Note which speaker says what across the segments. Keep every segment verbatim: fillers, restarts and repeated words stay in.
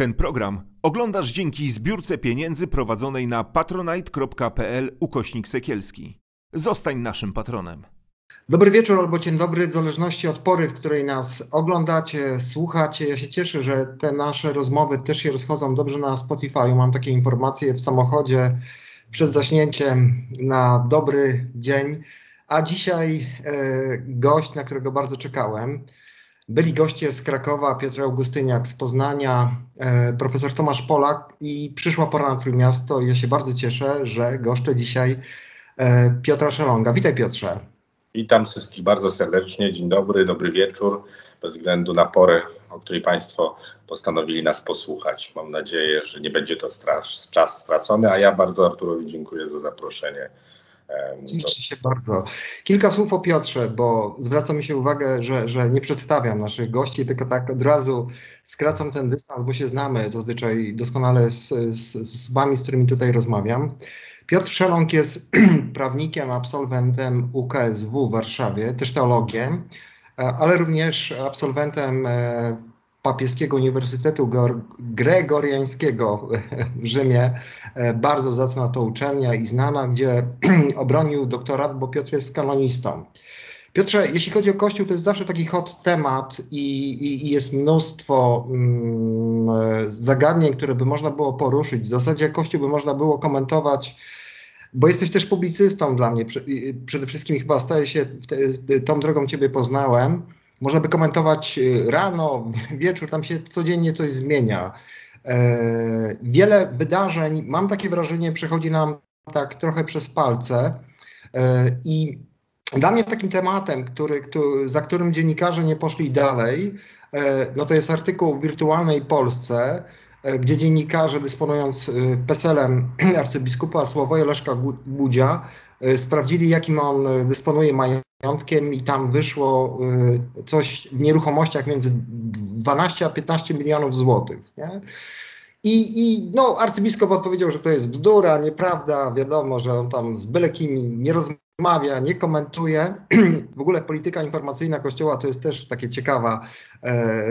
Speaker 1: Ten program oglądasz dzięki zbiórce pieniędzy prowadzonej na patronite.pl ukośnik Sekielski. Zostań naszym patronem.
Speaker 2: Dobry wieczór albo dzień dobry, w zależności od pory, w której nas oglądacie, słuchacie. Ja się cieszę, że te nasze rozmowy też się rozchodzą dobrze na Spotify. Mam takie informacje w samochodzie przed zaśnięciem na dobry dzień. A dzisiaj e, gość, na którego bardzo czekałem. Byli goście z Krakowa, Piotr Augustyniak z Poznania, e, profesor Tomasz Polak i przyszła pora na Trójmiasto. Ja się bardzo cieszę, że goszczę dzisiaj e, Piotra Szelonga. Witaj, Piotrze.
Speaker 3: Witam wszystkich bardzo serdecznie. Dzień dobry, dobry wieczór. Bez względu na porę, o której Państwo postanowili nas posłuchać. Mam nadzieję, że nie będzie to stra- czas stracony, a ja bardzo Arturowi dziękuję za zaproszenie.
Speaker 2: Cieszę się bardzo. Kilka słów o Piotrze, bo zwraca mi się uwagę, że, że nie przedstawiam naszych gości, tylko tak od razu skracam ten dystans, bo się znamy zazwyczaj doskonale z, z, z osobami, z którymi tutaj rozmawiam. Piotr Szelong jest prawnikiem, absolwentem U K S W w Warszawie, też teologiem, ale również absolwentem Papieskiego Uniwersytetu Gregoriańskiego w Rzymie. Bardzo zacna to uczelnia i znana, gdzie obronił doktorat, bo Piotr jest kanonistą. Piotrze, jeśli chodzi o Kościół, to jest zawsze taki hot temat i, i, i jest mnóstwo mm, zagadnień, które by można było poruszyć. W zasadzie Kościół by można było komentować, bo jesteś też publicystą dla mnie. Przede wszystkim chyba staje się, tą drogą Ciebie poznałem. Można by komentować rano, wieczór, tam się codziennie coś zmienia. E, wiele wydarzeń, mam takie wrażenie, przechodzi nam tak trochę przez palce e, i dla mnie takim tematem, który, który, za którym dziennikarze nie poszli dalej, e, no to jest artykuł w Wirtualnej Polsce, e, gdzie dziennikarze, dysponując e, peselem arcybiskupa Sławoja Leszka Gudzia, e, sprawdzili, jakim on dysponuje majątkiem i tam wyszło e, coś w nieruchomościach między dwanaście a piętnaście milionów złotych. Nie? I, I no, arcybiskup odpowiedział, że to jest bzdura, nieprawda, wiadomo, że on tam z byle kim nie rozmawia, nie komentuje. W ogóle polityka informacyjna Kościoła to jest też takie ciekawa, e,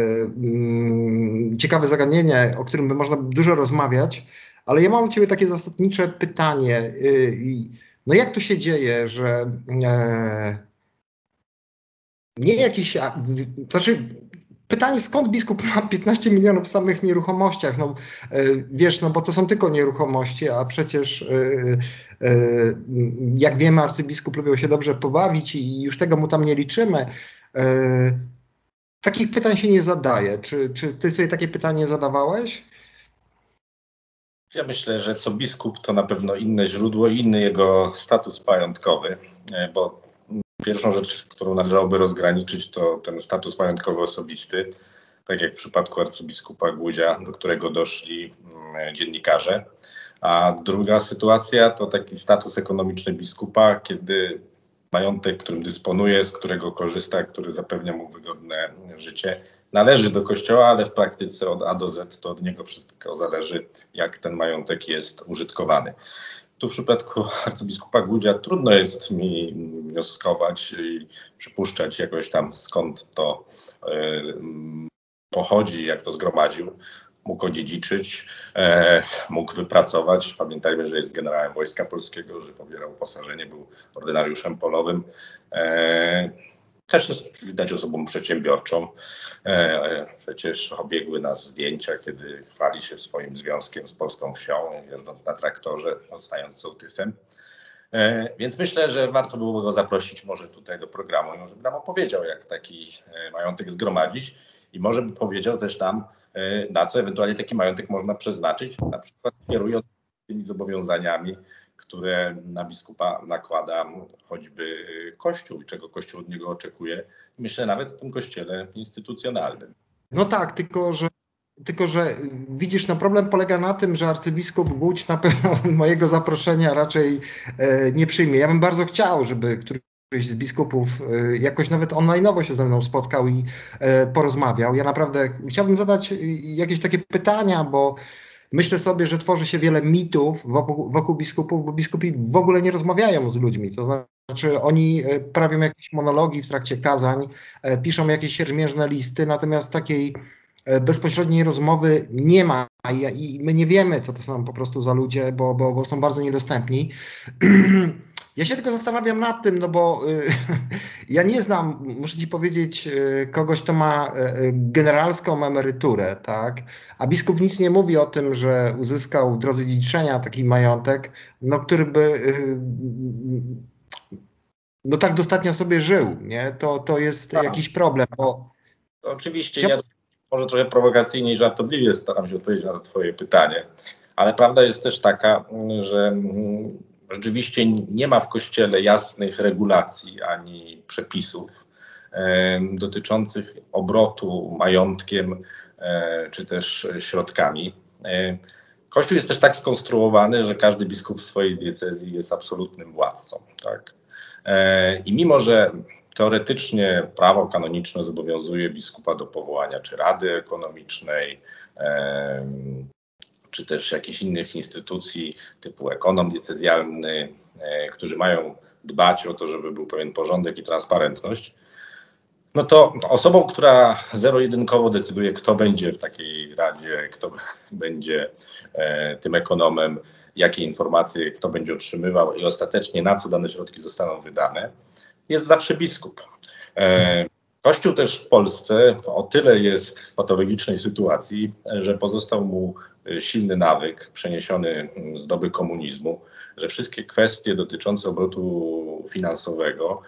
Speaker 2: mm, ciekawe zagadnienie, o którym by można dużo rozmawiać, ale ja mam do Ciebie takie zasadnicze pytanie. Y, no jak to się dzieje, że e, nie jakiś, a, w, znaczy pytanie, skąd biskup ma piętnaście milionów w samych nieruchomościach? No, yy, wiesz, no bo to są tylko nieruchomości, a przecież yy, yy, jak wiemy, arcybiskup lubił się dobrze pobawić i już tego mu tam nie liczymy. Yy, takich pytań się nie zadaje. Czy, czy ty sobie takie pytanie zadawałeś?
Speaker 3: Ja myślę, że co biskup to na pewno inne źródło i inny jego status majątkowy, bo pierwszą rzecz, którą należałoby rozgraniczyć, to ten status majątkowy osobisty, tak jak w przypadku arcybiskupa Gudzia, do którego doszli dziennikarze. A druga sytuacja to taki status ekonomiczny biskupa, kiedy majątek, którym dysponuje, z którego korzysta, który zapewnia mu wygodne życie, należy do Kościoła, ale w praktyce od A do Z to od niego wszystko zależy, jak ten majątek jest użytkowany. Tu w przypadku arcybiskupa Gudzia trudno jest mi wnioskować i przypuszczać jakoś tam, skąd to y, pochodzi, jak to zgromadził. Mógł odziedziczyć, e, mógł wypracować. Pamiętajmy, że jest generałem Wojska Polskiego, że pobierał uposażenie, był ordynariuszem polowym. E, też jest widać osobą przedsiębiorczą. E, przecież obiegły nas zdjęcia, kiedy chwali się swoim związkiem z polską wsią, jeżdżąc na traktorze, zostając sołtysem. E, więc myślę, że warto było go zaprosić może tutaj do programu i może by nam opowiedział, jak taki e, majątek zgromadzić i może by powiedział też nam, e, na co ewentualnie taki majątek można przeznaczyć, na przykład kierując tymi zobowiązaniami, które na biskupa nakłada choćby Kościół i czego Kościół od niego oczekuje. Myślę nawet o tym kościele instytucjonalnym.
Speaker 2: No tak, tylko że, tylko że widzisz, no problem polega na tym, że arcybiskup Głódź na pewno mojego zaproszenia raczej e, nie przyjmie. Ja bym bardzo chciał, żeby któryś z biskupów e, jakoś nawet online'owo się ze mną spotkał i e, porozmawiał. Ja naprawdę chciałbym zadać jakieś takie pytania, bo myślę sobie, że tworzy się wiele mitów wokół, wokół biskupów, bo biskupi w ogóle nie rozmawiają z ludźmi. To znaczy oni prawią jakieś monologi w trakcie kazań, piszą jakieś siermiężne listy, natomiast takiej bezpośredniej rozmowy nie ma i my nie wiemy, co to są po prostu za ludzie, bo, bo, bo są bardzo niedostępni. Ja się tylko zastanawiam nad tym, no bo y, ja nie znam, muszę ci powiedzieć, y, kogoś, kto ma y, generalską emeryturę, tak? A biskup nic nie mówi o tym, że uzyskał w drodze dziedziczenia taki majątek, no który by y, no tak dostatnio sobie żył, nie? To, to jest
Speaker 3: Tak.
Speaker 2: jakiś problem, bo
Speaker 3: Oczywiście
Speaker 2: Chciał...
Speaker 3: ja może trochę prowokacyjnie i żartobliwie staram się odpowiedzieć na to twoje pytanie, ale prawda jest też taka, że rzeczywiście nie ma w Kościele jasnych regulacji ani przepisów e, dotyczących obrotu majątkiem e, czy też środkami. E, Kościół jest też tak skonstruowany, że każdy biskup w swojej diecezji jest absolutnym władcą. Tak? E, I mimo, że teoretycznie prawo kanoniczne zobowiązuje biskupa do powołania czy Rady Ekonomicznej, e, czy też jakichś innych instytucji typu ekonom diecezjalny, e, którzy mają dbać o to, żeby był pewien porządek i transparentność, no to osobą, która zero-jedynkowo decyduje, kto będzie w takiej radzie, kto będzie e, tym ekonomem, jakie informacje kto będzie otrzymywał i ostatecznie na co dane środki zostaną wydane, jest zawsze biskup. E, Kościół też w Polsce o tyle jest w patologicznej sytuacji, że pozostał mu silny nawyk przeniesiony z doby komunizmu, że wszystkie kwestie dotyczące obrotu finansowego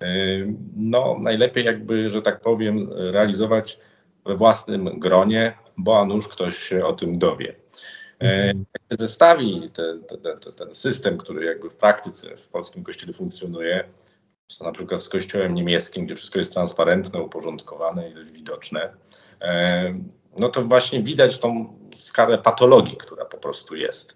Speaker 3: no najlepiej jakby, że tak powiem, realizować we własnym gronie, bo a nuż ktoś się o tym dowie. Jak się zestawi te, te, te, ten system, który jakby w praktyce w polskim kościele funkcjonuje, to na przykład z kościołem niemieckim, gdzie wszystko jest transparentne, uporządkowane i dość widoczne, no to właśnie widać tą skalę patologii, która po prostu jest.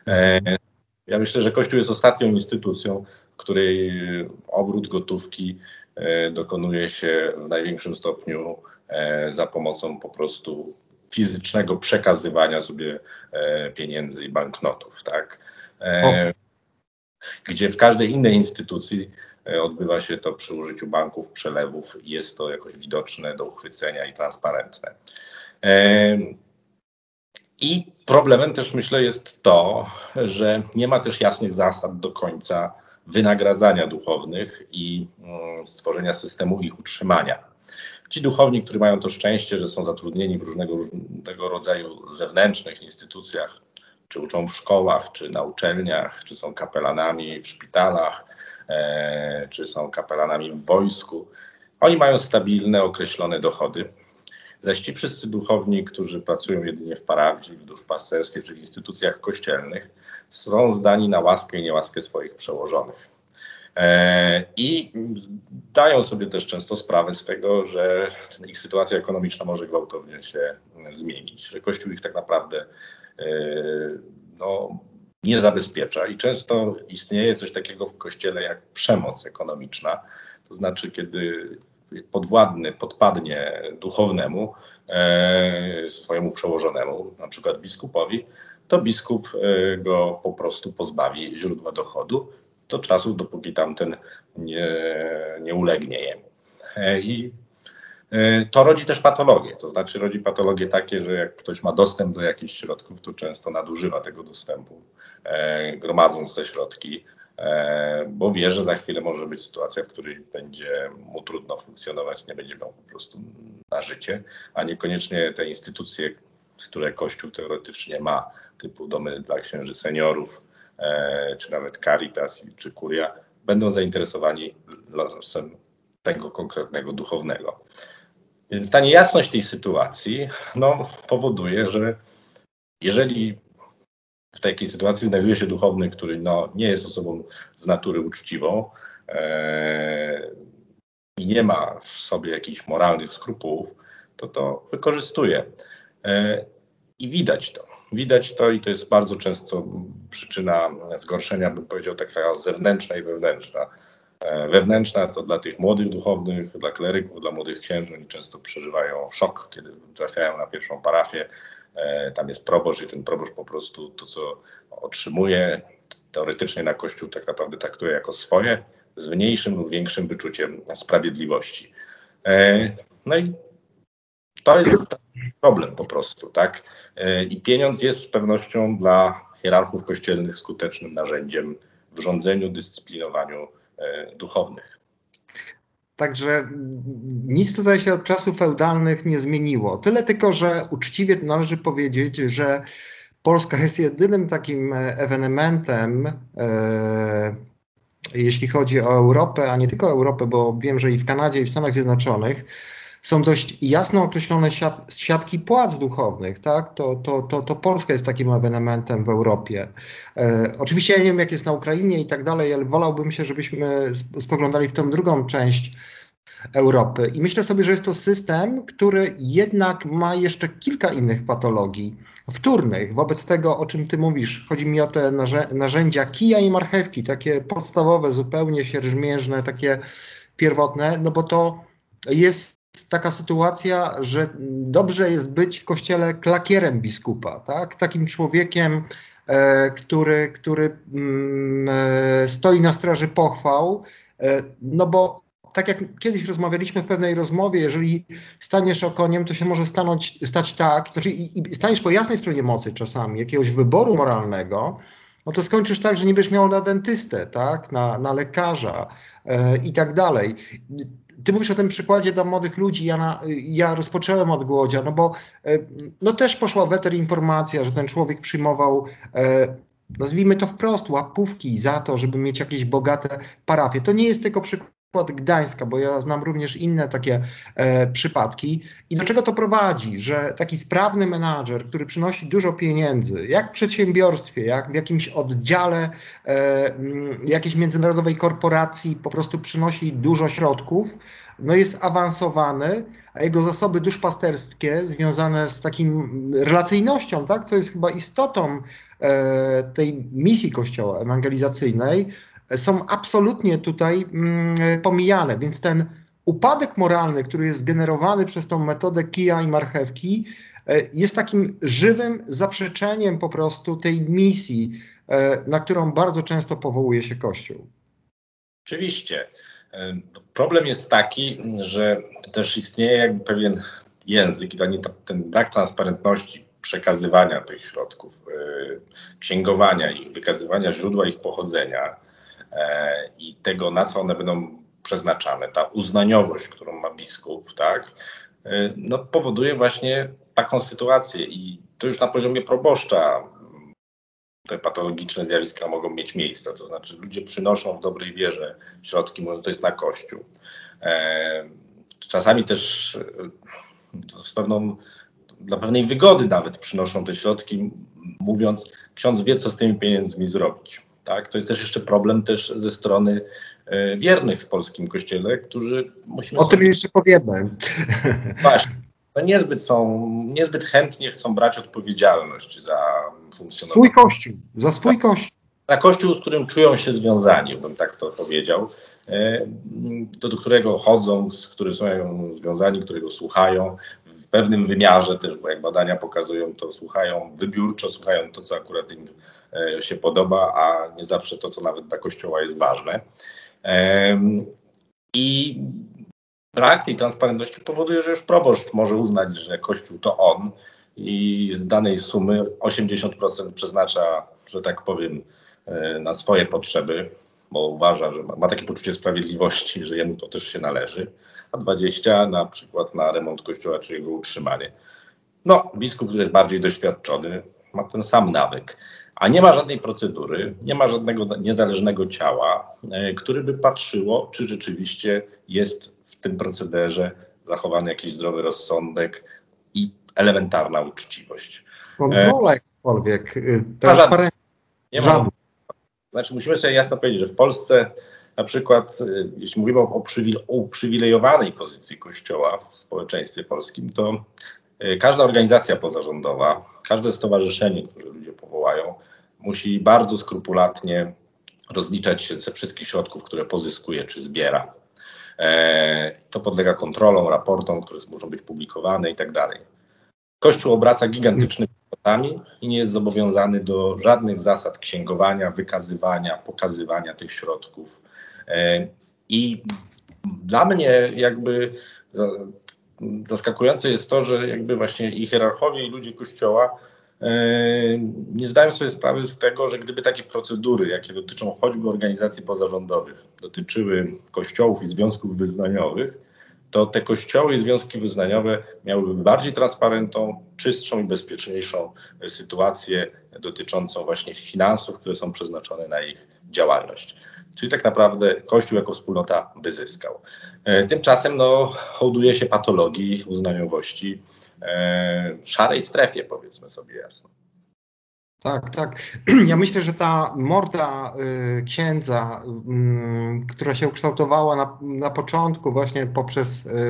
Speaker 3: Ja myślę, że Kościół jest ostatnią instytucją, w której obrót gotówki dokonuje się w największym stopniu za pomocą po prostu fizycznego przekazywania sobie pieniędzy i banknotów, tak? Gdzie w każdej innej instytucji odbywa się to przy użyciu banków, przelewów i jest to jakoś widoczne do uchwycenia i transparentne. I problemem też myślę jest to, że nie ma też jasnych zasad do końca wynagradzania duchownych i stworzenia systemu ich utrzymania. Ci duchowni, którzy mają to szczęście, że są zatrudnieni w różnego, różnego rodzaju zewnętrznych instytucjach, czy uczą w szkołach, czy na uczelniach, czy są kapelanami w szpitalach, e, czy są kapelanami w wojsku, oni mają stabilne, określone dochody. Zaś ci wszyscy duchowni, którzy pracują jedynie w parafii, w duszpasterstwie czy w instytucjach kościelnych, są zdani na łaskę i niełaskę swoich przełożonych. E, I dają sobie też często sprawę z tego, że ich sytuacja ekonomiczna może gwałtownie się zmienić, że Kościół ich tak naprawdę e, no, nie zabezpiecza i często istnieje coś takiego w Kościele jak przemoc ekonomiczna, to znaczy kiedy podwładny podpadnie duchownemu, e, swojemu przełożonemu, na przykład biskupowi, to biskup e, go po prostu pozbawi źródła dochodu do czasu, dopóki tamten nie, nie ulegnie jemu. E, I e, to rodzi też patologię, to znaczy rodzi patologie takie, że jak ktoś ma dostęp do jakichś środków, to często nadużywa tego dostępu, e, gromadząc te środki, bo wie, że za chwilę może być sytuacja, w której będzie mu trudno funkcjonować, nie będzie miał po prostu na życie, a niekoniecznie te instytucje, które Kościół teoretycznie ma, typu domy dla księży seniorów, czy nawet Caritas, czy Kuria, będą zainteresowani losem tego konkretnego duchownego. Więc ta niejasność tej sytuacji no, powoduje, że jeżeli w takiej sytuacji znajduje się duchowny, który no, nie jest osobą z natury uczciwą e, i nie ma w sobie jakichś moralnych skrupułów, to to wykorzystuje. E, I widać to. Widać to i to jest bardzo często przyczyna zgorszenia, bym powiedział, taka zewnętrzna i wewnętrzna. E, wewnętrzna to dla tych młodych duchownych, dla kleryków, dla młodych księży, oni często przeżywają szok, kiedy trafiają na pierwszą parafię. Tam jest proboszcz i ten proboszcz po prostu to, co otrzymuje, teoretycznie na Kościół tak naprawdę traktuje jako swoje, z mniejszym lub większym wyczuciem sprawiedliwości. No i To jest problem po prostu, tak? I pieniądz jest z pewnością dla hierarchów kościelnych skutecznym narzędziem w rządzeniu, dyscyplinowaniu duchownych.
Speaker 2: Także nic tutaj się od czasów feudalnych nie zmieniło. Tyle tylko, że uczciwie należy powiedzieć, że Polska jest jedynym takim ewenementem, e, jeśli chodzi o Europę, a nie tylko o Europę, bo wiem, że i w Kanadzie, i w Stanach Zjednoczonych są dość jasno określone siat, siatki płac duchownych, tak? To, to, to, to Polska jest takim ewenementem w Europie. E, oczywiście ja nie wiem, jak jest na Ukrainie i tak dalej, ale wolałbym się, żebyśmy spoglądali w tę drugą część Europy. I myślę sobie, że jest to system, który jednak ma jeszcze kilka innych patologii wtórnych. Wobec tego, o czym ty mówisz, chodzi mi o te narzędzia kija i marchewki, takie podstawowe, zupełnie sierżmierzne, takie pierwotne, no bo to jest taka sytuacja, że dobrze jest być w kościele klakierem biskupa, tak? Takim człowiekiem, e, który, który mm, e, stoi na straży pochwał, e, no bo tak jak kiedyś rozmawialiśmy w pewnej rozmowie, jeżeli staniesz okoniem, to się może stanąć, stać tak, znaczy i, i staniesz po jasnej stronie mocy czasami, jakiegoś wyboru moralnego, no to skończysz tak, że nie będziesz miał na dentystę, tak, na, na lekarza e, i tak dalej. Ty mówisz o tym przykładzie dla młodych ludzi, ja, na, ja rozpocząłem od Głodzia, no bo e, no też poszła w eter informacja, że ten człowiek przyjmował, e, nazwijmy to wprost, łapówki za to, żeby mieć jakieś bogate parafie. To nie jest tylko przykład Gdańska, bo ja znam również inne takie e, przypadki. I do czego to prowadzi? Że taki sprawny menadżer, który przynosi dużo pieniędzy, jak w przedsiębiorstwie, jak w jakimś oddziale e, jakiejś międzynarodowej korporacji, po prostu przynosi dużo środków, no jest awansowany, a jego zasoby duszpasterskie związane z takim relacyjnością, tak, co jest chyba istotą e, tej misji Kościoła ewangelizacyjnej, są absolutnie tutaj mm, pomijane, więc ten upadek moralny, który jest generowany przez tą metodę kija i marchewki, jest takim żywym zaprzeczeniem po prostu tej misji, na którą bardzo często powołuje się Kościół.
Speaker 3: Oczywiście. Problem jest taki, że też istnieje jakby pewien język i ten brak transparentności przekazywania tych środków, księgowania ich, wykazywania źródła ich pochodzenia i tego, na co one będą przeznaczane, ta uznaniowość, którą ma biskup, tak, no powoduje właśnie taką sytuację i to już na poziomie proboszcza te patologiczne zjawiska mogą mieć miejsce, to znaczy ludzie przynoszą w dobrej wierze środki, mówiąc, to jest na Kościół. Czasami też z pewną, dla pewnej wygody nawet przynoszą te środki, mówiąc, ksiądz wie, co z tymi pieniędzmi zrobić. Tak? To jest też jeszcze problem też ze strony e, wiernych w polskim kościele, którzy musimy...
Speaker 2: O sobie... tym jeszcze powiemy.
Speaker 3: Właśnie. No niezbyt są, niezbyt chętnie chcą brać odpowiedzialność za funkcjonowanie.
Speaker 2: Swój kościół, za swój kościół.
Speaker 3: Za kościół, z którym czują się związani, bym tak to powiedział, e, do, do którego chodzą, z którym są związani, którego słuchają. W pewnym wymiarze też, bo jak badania pokazują, to słuchają wybiórczo, słuchają to, co akurat im się podoba, a nie zawsze to, co nawet dla Kościoła jest ważne. I brak tej transparentności powoduje, że już proboszcz może uznać, że Kościół to on i z danej sumy osiemdziesiąt procent przeznacza, że tak powiem, na swoje potrzeby, bo uważa, że ma, ma takie poczucie sprawiedliwości, że jemu to też się należy, a dwadzieścia procent na przykład na remont Kościoła czy jego utrzymanie. No, biskup, który jest bardziej doświadczony, ma ten sam nawyk. A nie ma żadnej procedury, nie ma żadnego niezależnego ciała, e, który by patrzyło, czy rzeczywiście jest w tym procederze zachowany jakiś zdrowy rozsądek i elementarna uczciwość.
Speaker 2: Kontrola e, jakkolwiek, transparentność.
Speaker 3: Nie ma. Znaczy musimy sobie jasno powiedzieć, że w Polsce na przykład, jeśli mówimy o uprzywilejowanej pozycji Kościoła w społeczeństwie polskim, to każda organizacja pozarządowa, każde stowarzyszenie, które ludzie powołają, musi bardzo skrupulatnie rozliczać się ze wszystkich środków, które pozyskuje czy zbiera. To podlega kontrolom, raportom, które muszą być publikowane i tak dalej. Kościół obraca gigantycznymi kwotami i nie jest zobowiązany do żadnych zasad księgowania, wykazywania, pokazywania tych środków. I dla mnie jakby zaskakujące jest to, że jakby właśnie i hierarchowie, i ludzie Kościoła nie zdają sobie sprawy z tego, że gdyby takie procedury, jakie dotyczą choćby organizacji pozarządowych, dotyczyły kościołów i związków wyznaniowych, to te kościoły i związki wyznaniowe miałyby bardziej transparentną, czystszą i bezpieczniejszą sytuację dotyczącą właśnie finansów, które są przeznaczone na ich działalność. Czyli tak naprawdę Kościół jako wspólnota by zyskał. Tymczasem no, hołduje się patologii uznaniowości, e, szarej strefie, powiedzmy sobie jasno.
Speaker 2: Tak, tak. Ja myślę, że ta morda y, księdza, y, która się ukształtowała na, na początku właśnie poprzez y,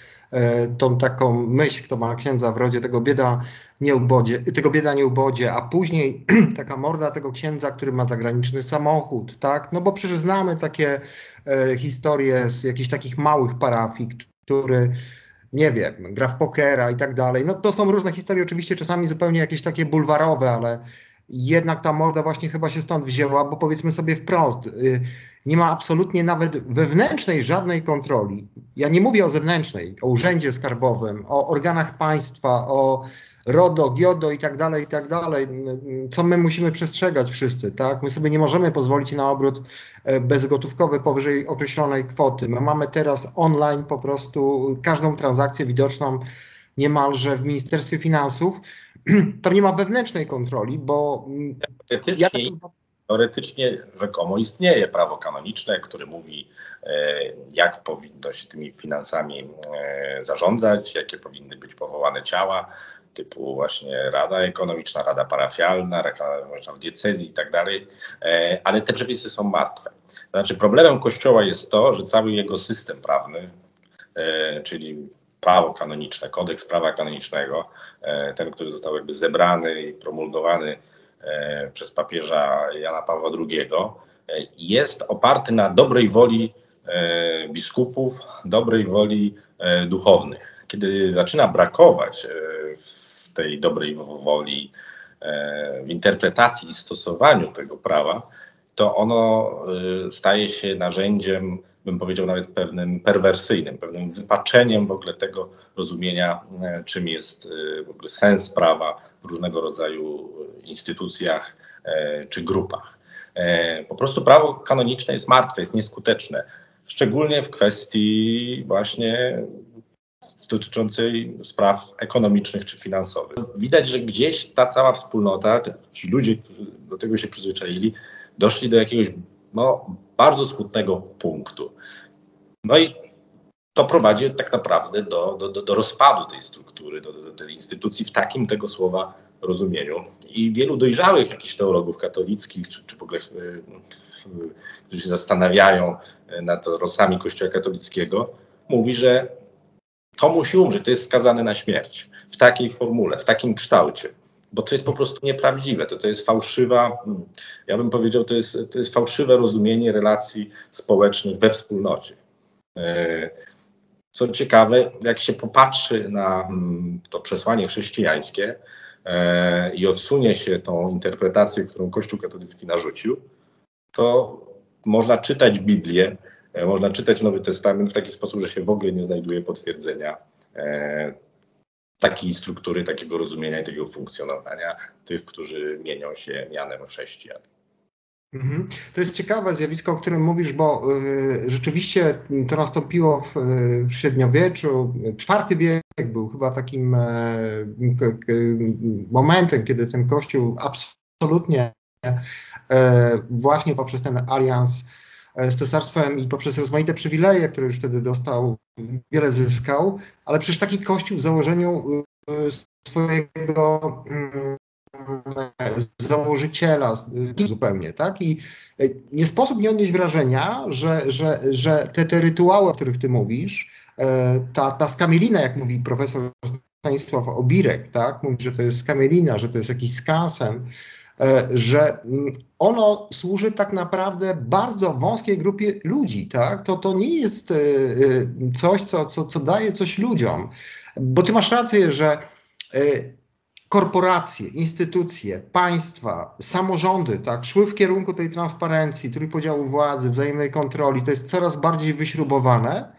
Speaker 2: y, tą taką myśl, kto ma księdza w rodzie, tego bieda nie ubodzie, tego bieda nie ubodzie, a później taka morda tego księdza, który ma zagraniczny samochód, tak? No bo przecież znamy takie y, historie z jakichś takich małych parafii, który nie wiem, gra w pokera i tak dalej. No to są różne historie, oczywiście czasami zupełnie jakieś takie bulwarowe, ale jednak ta morda właśnie chyba się stąd wzięła, bo powiedzmy sobie wprost, yy, nie ma absolutnie nawet wewnętrznej żadnej kontroli. Ja nie mówię o zewnętrznej, o urzędzie skarbowym, o organach państwa, o RODO, GIODO i tak dalej, i tak dalej, co my musimy przestrzegać wszyscy, tak? My sobie nie możemy pozwolić na obrót bezgotówkowy powyżej określonej kwoty. My mamy teraz online po prostu każdą transakcję widoczną niemalże w Ministerstwie Finansów. Tam nie ma wewnętrznej kontroli, bo
Speaker 3: ja to... Teoretycznie rzekomo istnieje prawo kanoniczne, które mówi, jak powinno się tymi finansami zarządzać, jakie powinny być powołane ciała, typu właśnie Rada Ekonomiczna, Rada Parafialna, Rada w diecezji i tak dalej, ale te przepisy są martwe. Znaczy problemem Kościoła jest to, że cały jego system prawny, czyli prawo kanoniczne, kodeks prawa kanonicznego, ten, który został jakby zebrany i promulgowany przez papieża Jana Pawła drugiego, jest oparty na dobrej woli biskupów, dobrej woli duchownych. Kiedy zaczyna brakować w tej dobrej woli, w interpretacji i stosowaniu tego prawa, to ono staje się narzędziem, bym powiedział nawet pewnym perwersyjnym, pewnym wypaczeniem w ogóle tego rozumienia, czym jest w ogóle sens prawa w różnego rodzaju instytucjach czy grupach. Po prostu prawo kanoniczne jest martwe, jest nieskuteczne, szczególnie w kwestii właśnie dotyczącej spraw ekonomicznych czy finansowych. Widać, że gdzieś ta cała wspólnota, ci ludzie, którzy do tego się przyzwyczaili, doszli do jakiegoś no, bardzo smutnego punktu. No i to prowadzi tak naprawdę do, do, do, do rozpadu tej struktury, do, do tej instytucji w takim tego słowa rozumieniu. I wielu dojrzałych jakichś teologów katolickich, czy, czy w ogóle, którzy się zastanawiają nad losami Kościoła katolickiego, mówi, że to musi umrzeć, to jest skazane na śmierć w takiej formule, w takim kształcie. Bo to jest po prostu nieprawdziwe, to, to jest fałszywa, ja bym powiedział, to jest, to jest fałszywe rozumienie relacji społecznych we wspólnocie. Co ciekawe, jak się popatrzy na to przesłanie chrześcijańskie i odsunie się tą interpretację, którą Kościół katolicki narzucił, to można czytać Biblię, można czytać Nowy Testament w taki sposób, że się w ogóle nie znajduje potwierdzenia takiej struktury, takiego rozumienia i takiego funkcjonowania tych, którzy mienią się mianem chrześcijan.
Speaker 2: Mhm. To jest ciekawe zjawisko, o którym mówisz, bo y, rzeczywiście to nastąpiło w, w średniowieczu. czwarty wiek był chyba takim y, y, momentem, kiedy ten Kościół absolutnie y, właśnie poprzez ten alians z cesarstwem i poprzez rozmaite przywileje, które już wtedy dostał, wiele zyskał, ale przecież taki Kościół w założeniu swojego założyciela zupełnie, tak? I nie sposób nie odnieść wrażenia, że, że, że te, te rytuały, o których ty mówisz, ta, ta skamielina, jak mówi profesor Stanisław Obirek, tak? Mówi, że to jest skamielina, że to jest jakiś skansen, że ono służy tak naprawdę bardzo wąskiej grupie ludzi, tak? To, to nie jest coś, co, co, co daje coś ludziom. Bo ty masz rację, że korporacje, instytucje, państwa, samorządy, tak, szły w kierunku tej transparencji, trójpodziału władzy, wzajemnej kontroli. To jest coraz bardziej wyśrubowane,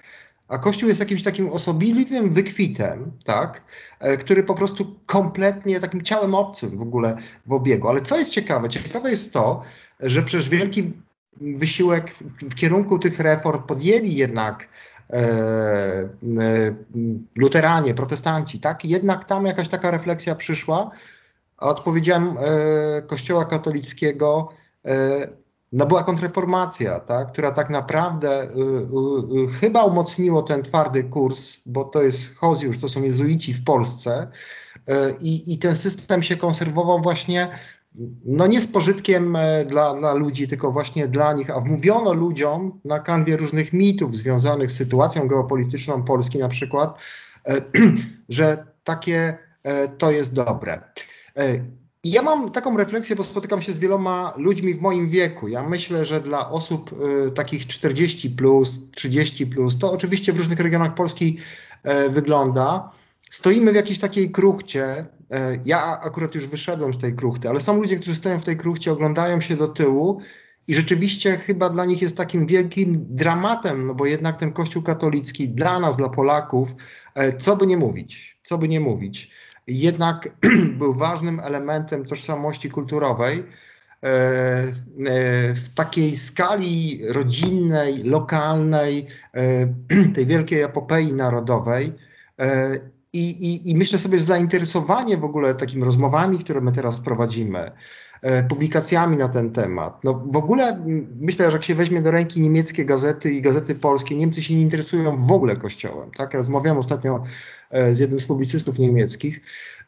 Speaker 2: a Kościół jest jakimś takim osobliwym wykwitem, tak, który po prostu kompletnie takim ciałem obcym w ogóle w obiegu. Ale co jest ciekawe? Ciekawe jest to, że przecież wielki wysiłek w, w kierunku tych reform podjęli jednak e, e, luteranie, protestanci, tak? Jednak tam jakaś taka refleksja przyszła, a odpowiedziałem e, Kościoła katolickiego, e, no była kontrreformacja, tak? Która tak naprawdę y, y, y, chyba umocniło ten twardy kurs, bo to jest Hozjusz, to są jezuici w Polsce y, i ten system się konserwował właśnie no nie z pożytkiem dla, dla ludzi, tylko właśnie dla nich, a wmówiono ludziom na kanwie różnych mitów związanych z sytuacją geopolityczną Polski na przykład, y, że takie y, to jest dobre. Y, I ja mam taką refleksję, bo spotykam się z wieloma ludźmi w moim wieku. Ja myślę, że dla osób y, takich czterdzieści plus, trzydzieści plus, to oczywiście w różnych regionach Polski y, wygląda. Stoimy w jakiejś takiej kruchcie. Y, ja akurat już wyszedłem z tej kruchty, ale są ludzie, którzy stoją w tej kruchcie, oglądają się do tyłu i rzeczywiście chyba dla nich jest takim wielkim dramatem, no bo jednak ten Kościół katolicki dla nas, dla Polaków, y, co by nie mówić, co by nie mówić, jednak był ważnym elementem tożsamości kulturowej w takiej skali rodzinnej, lokalnej, tej wielkiej epopei narodowej. I, i, i myślę sobie, że zainteresowanie w ogóle takimi rozmowami, które my teraz prowadzimy, publikacjami na ten temat. No w ogóle myślę, że jak się weźmie do ręki niemieckie gazety i gazety polskie, Niemcy się nie interesują w ogóle Kościołem. Tak? Rozmawiałem ostatnio z jednym z publicystów niemieckich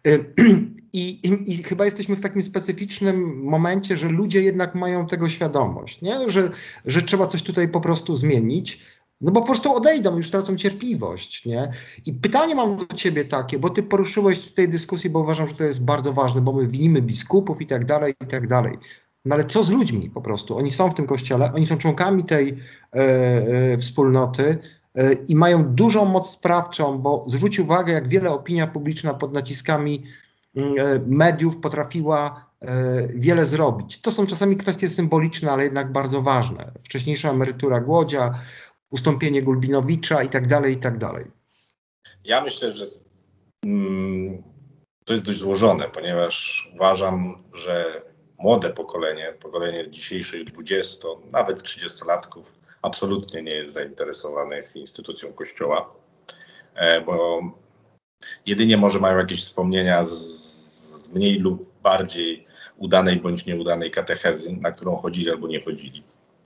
Speaker 2: i, i, i chyba jesteśmy w takim specyficznym momencie, że ludzie jednak mają tego świadomość, nie? Że, że trzeba coś tutaj po prostu zmienić. No bo po prostu odejdą, już tracą cierpliwość, nie? I pytanie mam do ciebie takie, bo ty poruszyłeś w tej dyskusji, bo uważam, że to jest bardzo ważne, bo my winimy biskupów i tak dalej, i tak dalej. No ale co z ludźmi po prostu? Oni są w tym kościele, oni są członkami tej e, e, wspólnoty e, i mają dużą moc sprawczą, bo zwróć uwagę, jak wiele opinia publiczna pod naciskami e, mediów potrafiła e, wiele zrobić. To są czasami kwestie symboliczne, ale jednak bardzo ważne. Wcześniejsza emerytura Głodzia, ustąpienie Gulbinowicza i tak dalej, i tak dalej. Ja myślę, że
Speaker 3: mm, to jest dość złożone, ponieważ uważam, że młode pokolenie, pokolenie dzisiejszych dwudziesto, nawet trzydziestolatków absolutnie nie jest zainteresowanych instytucją Kościoła, e, bo jedynie może mają jakieś wspomnienia z, z mniej lub bardziej udanej bądź nieudanej katechezy, na którą chodzili albo nie chodzili.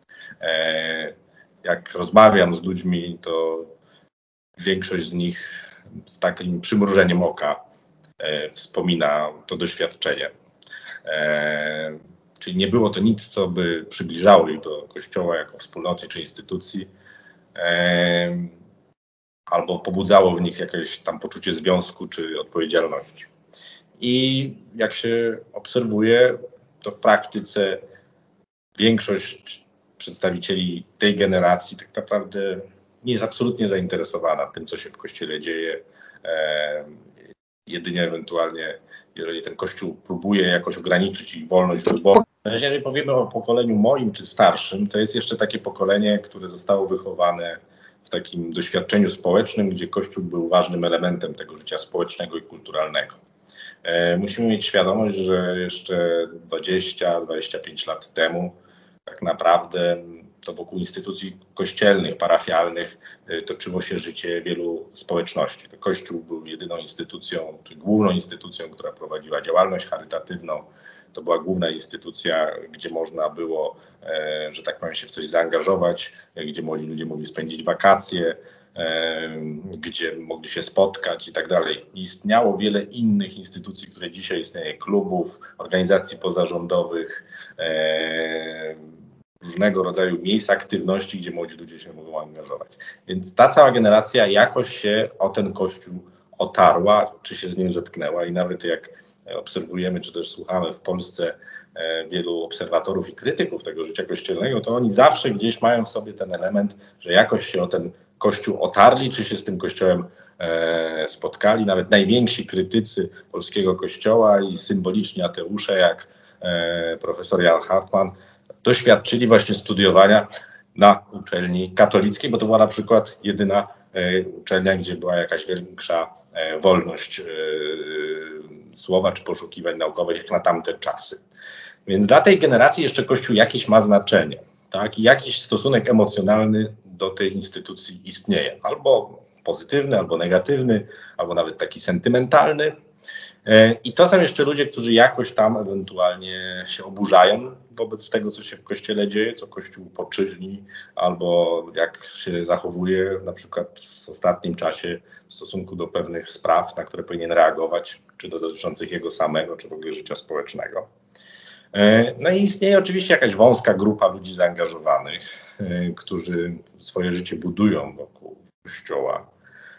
Speaker 3: E, Jak rozmawiam z ludźmi, to większość z nich z takim przymrużeniem oka e, wspomina to doświadczenie. E, czyli nie było to nic, co by przybliżało ich do Kościoła jako wspólnoty czy instytucji, e, albo pobudzało w nich jakieś tam poczucie związku czy odpowiedzialności. I jak się obserwuje, to w praktyce większość przedstawicieli tej generacji tak naprawdę nie jest absolutnie zainteresowana tym, co się w Kościele dzieje. E, jedynie ewentualnie, jeżeli ten Kościół próbuje jakoś ograniczyć ich wolność wyboru. Jeżeli powiemy o pokoleniu moim czy starszym, to jest jeszcze takie pokolenie, które zostało wychowane w takim doświadczeniu społecznym, gdzie Kościół był ważnym elementem tego życia społecznego i kulturalnego. E, musimy mieć świadomość, że jeszcze dwadzieścia dwadzieścia pięć lat temu tak naprawdę to wokół instytucji kościelnych, parafialnych toczyło się życie wielu społeczności. To Kościół był jedyną instytucją, czy główną instytucją, która prowadziła działalność charytatywną. To była główna instytucja, gdzie można było, że tak powiem, się w coś zaangażować, gdzie młodzi ludzie mogli spędzić wakacje, gdzie mogli się spotkać i tak dalej. Istniało wiele innych instytucji, które dzisiaj istnieją, klubów, organizacji pozarządowych, różnego rodzaju miejsc aktywności, gdzie młodzi ludzie się mogą angażować. Więc ta cała generacja jakoś się o ten Kościół otarła, czy się z nim zetknęła i nawet jak obserwujemy, czy też słuchamy w Polsce wielu obserwatorów i krytyków tego życia kościelnego, to oni zawsze gdzieś mają w sobie ten element, że jakoś się o ten Kościół otarli, czy się z tym Kościołem e, spotkali. Nawet najwięksi krytycy polskiego Kościoła i symboliczni ateusze, jak e, profesor Jan Hartman, doświadczyli właśnie studiowania na uczelni katolickiej, bo to była na przykład jedyna uczelniach, gdzie była jakaś większa wolność słowa czy poszukiwań naukowych jak na tamte czasy. Więc dla tej generacji jeszcze Kościół jakiś ma znaczenie, tak? I jakiś stosunek emocjonalny do tej instytucji istnieje. Albo pozytywny, albo negatywny, albo nawet taki sentymentalny. I to są jeszcze ludzie, którzy jakoś tam ewentualnie się oburzają wobec tego, co się w Kościele dzieje, co Kościół poczyni, albo jak się zachowuje na przykład w ostatnim czasie w stosunku do pewnych spraw, na które powinien reagować, czy do dotyczących jego samego, czy w ogóle życia społecznego. No i istnieje oczywiście jakaś wąska grupa ludzi zaangażowanych, którzy swoje życie budują wokół Kościoła.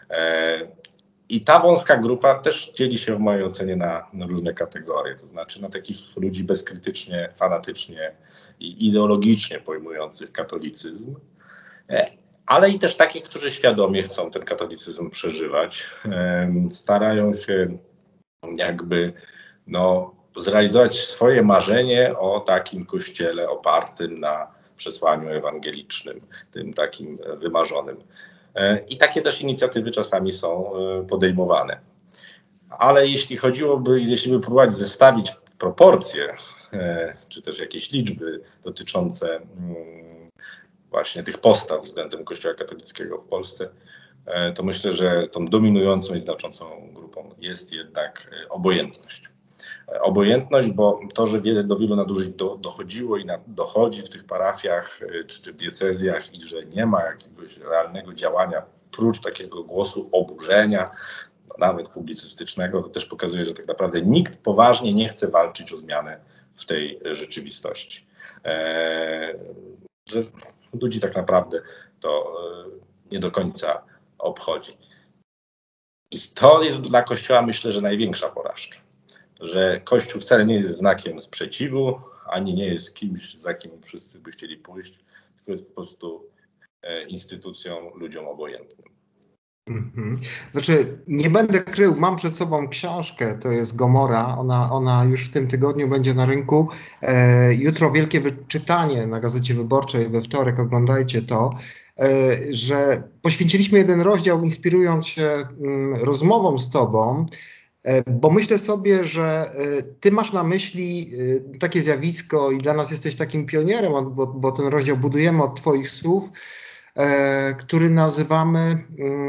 Speaker 3: I ta wąska grupa też dzieli się w mojej ocenie na, na różne kategorie, to znaczy na takich ludzi bezkrytycznie, fanatycznie i ideologicznie pojmujących katolicyzm, ale i też takich, którzy świadomie chcą ten katolicyzm przeżywać, starają się jakby no, zrealizować swoje marzenie o takim kościele opartym na przesłaniu ewangelicznym, tym takim wymarzonym. I takie też inicjatywy czasami są podejmowane. Ale jeśli chodziłoby, jeśli by próbować zestawić proporcje, czy też jakieś liczby dotyczące właśnie tych postaw względem Kościoła katolickiego w Polsce, to myślę, że tą dominującą i znaczącą grupą jest jednak obojętność. Obojętność, bo to, że wiele, do wielu nadużyć do, dochodziło i na, dochodzi w tych parafiach czy, czy w diecezjach i że nie ma jakiegoś realnego działania prócz takiego głosu oburzenia, no, nawet publicystycznego, to też pokazuje, że tak naprawdę nikt poważnie nie chce walczyć o zmianę w tej rzeczywistości. Eee, że ludzi tak naprawdę to e, nie do końca obchodzi. I to jest dla Kościoła, myślę, że największa porażka. Że Kościół wcale nie jest znakiem sprzeciwu, ani nie jest kimś, za kim wszyscy by chcieli pójść, tylko jest po prostu e, instytucją ludziom obojętnym.
Speaker 2: Mm-hmm. Znaczy, nie będę krył, mam przed sobą książkę, to jest Gomora, ona, ona już w tym tygodniu będzie na rynku. E, jutro wielkie wyczytanie na Gazecie Wyborczej, we wtorek oglądajcie to, e, że poświęciliśmy jeden rozdział, inspirując się mm, rozmową z tobą, bo myślę sobie, że ty masz na myśli takie zjawisko i dla nas jesteś takim pionierem, bo, bo ten rozdział budujemy od twoich słów, który nazywamy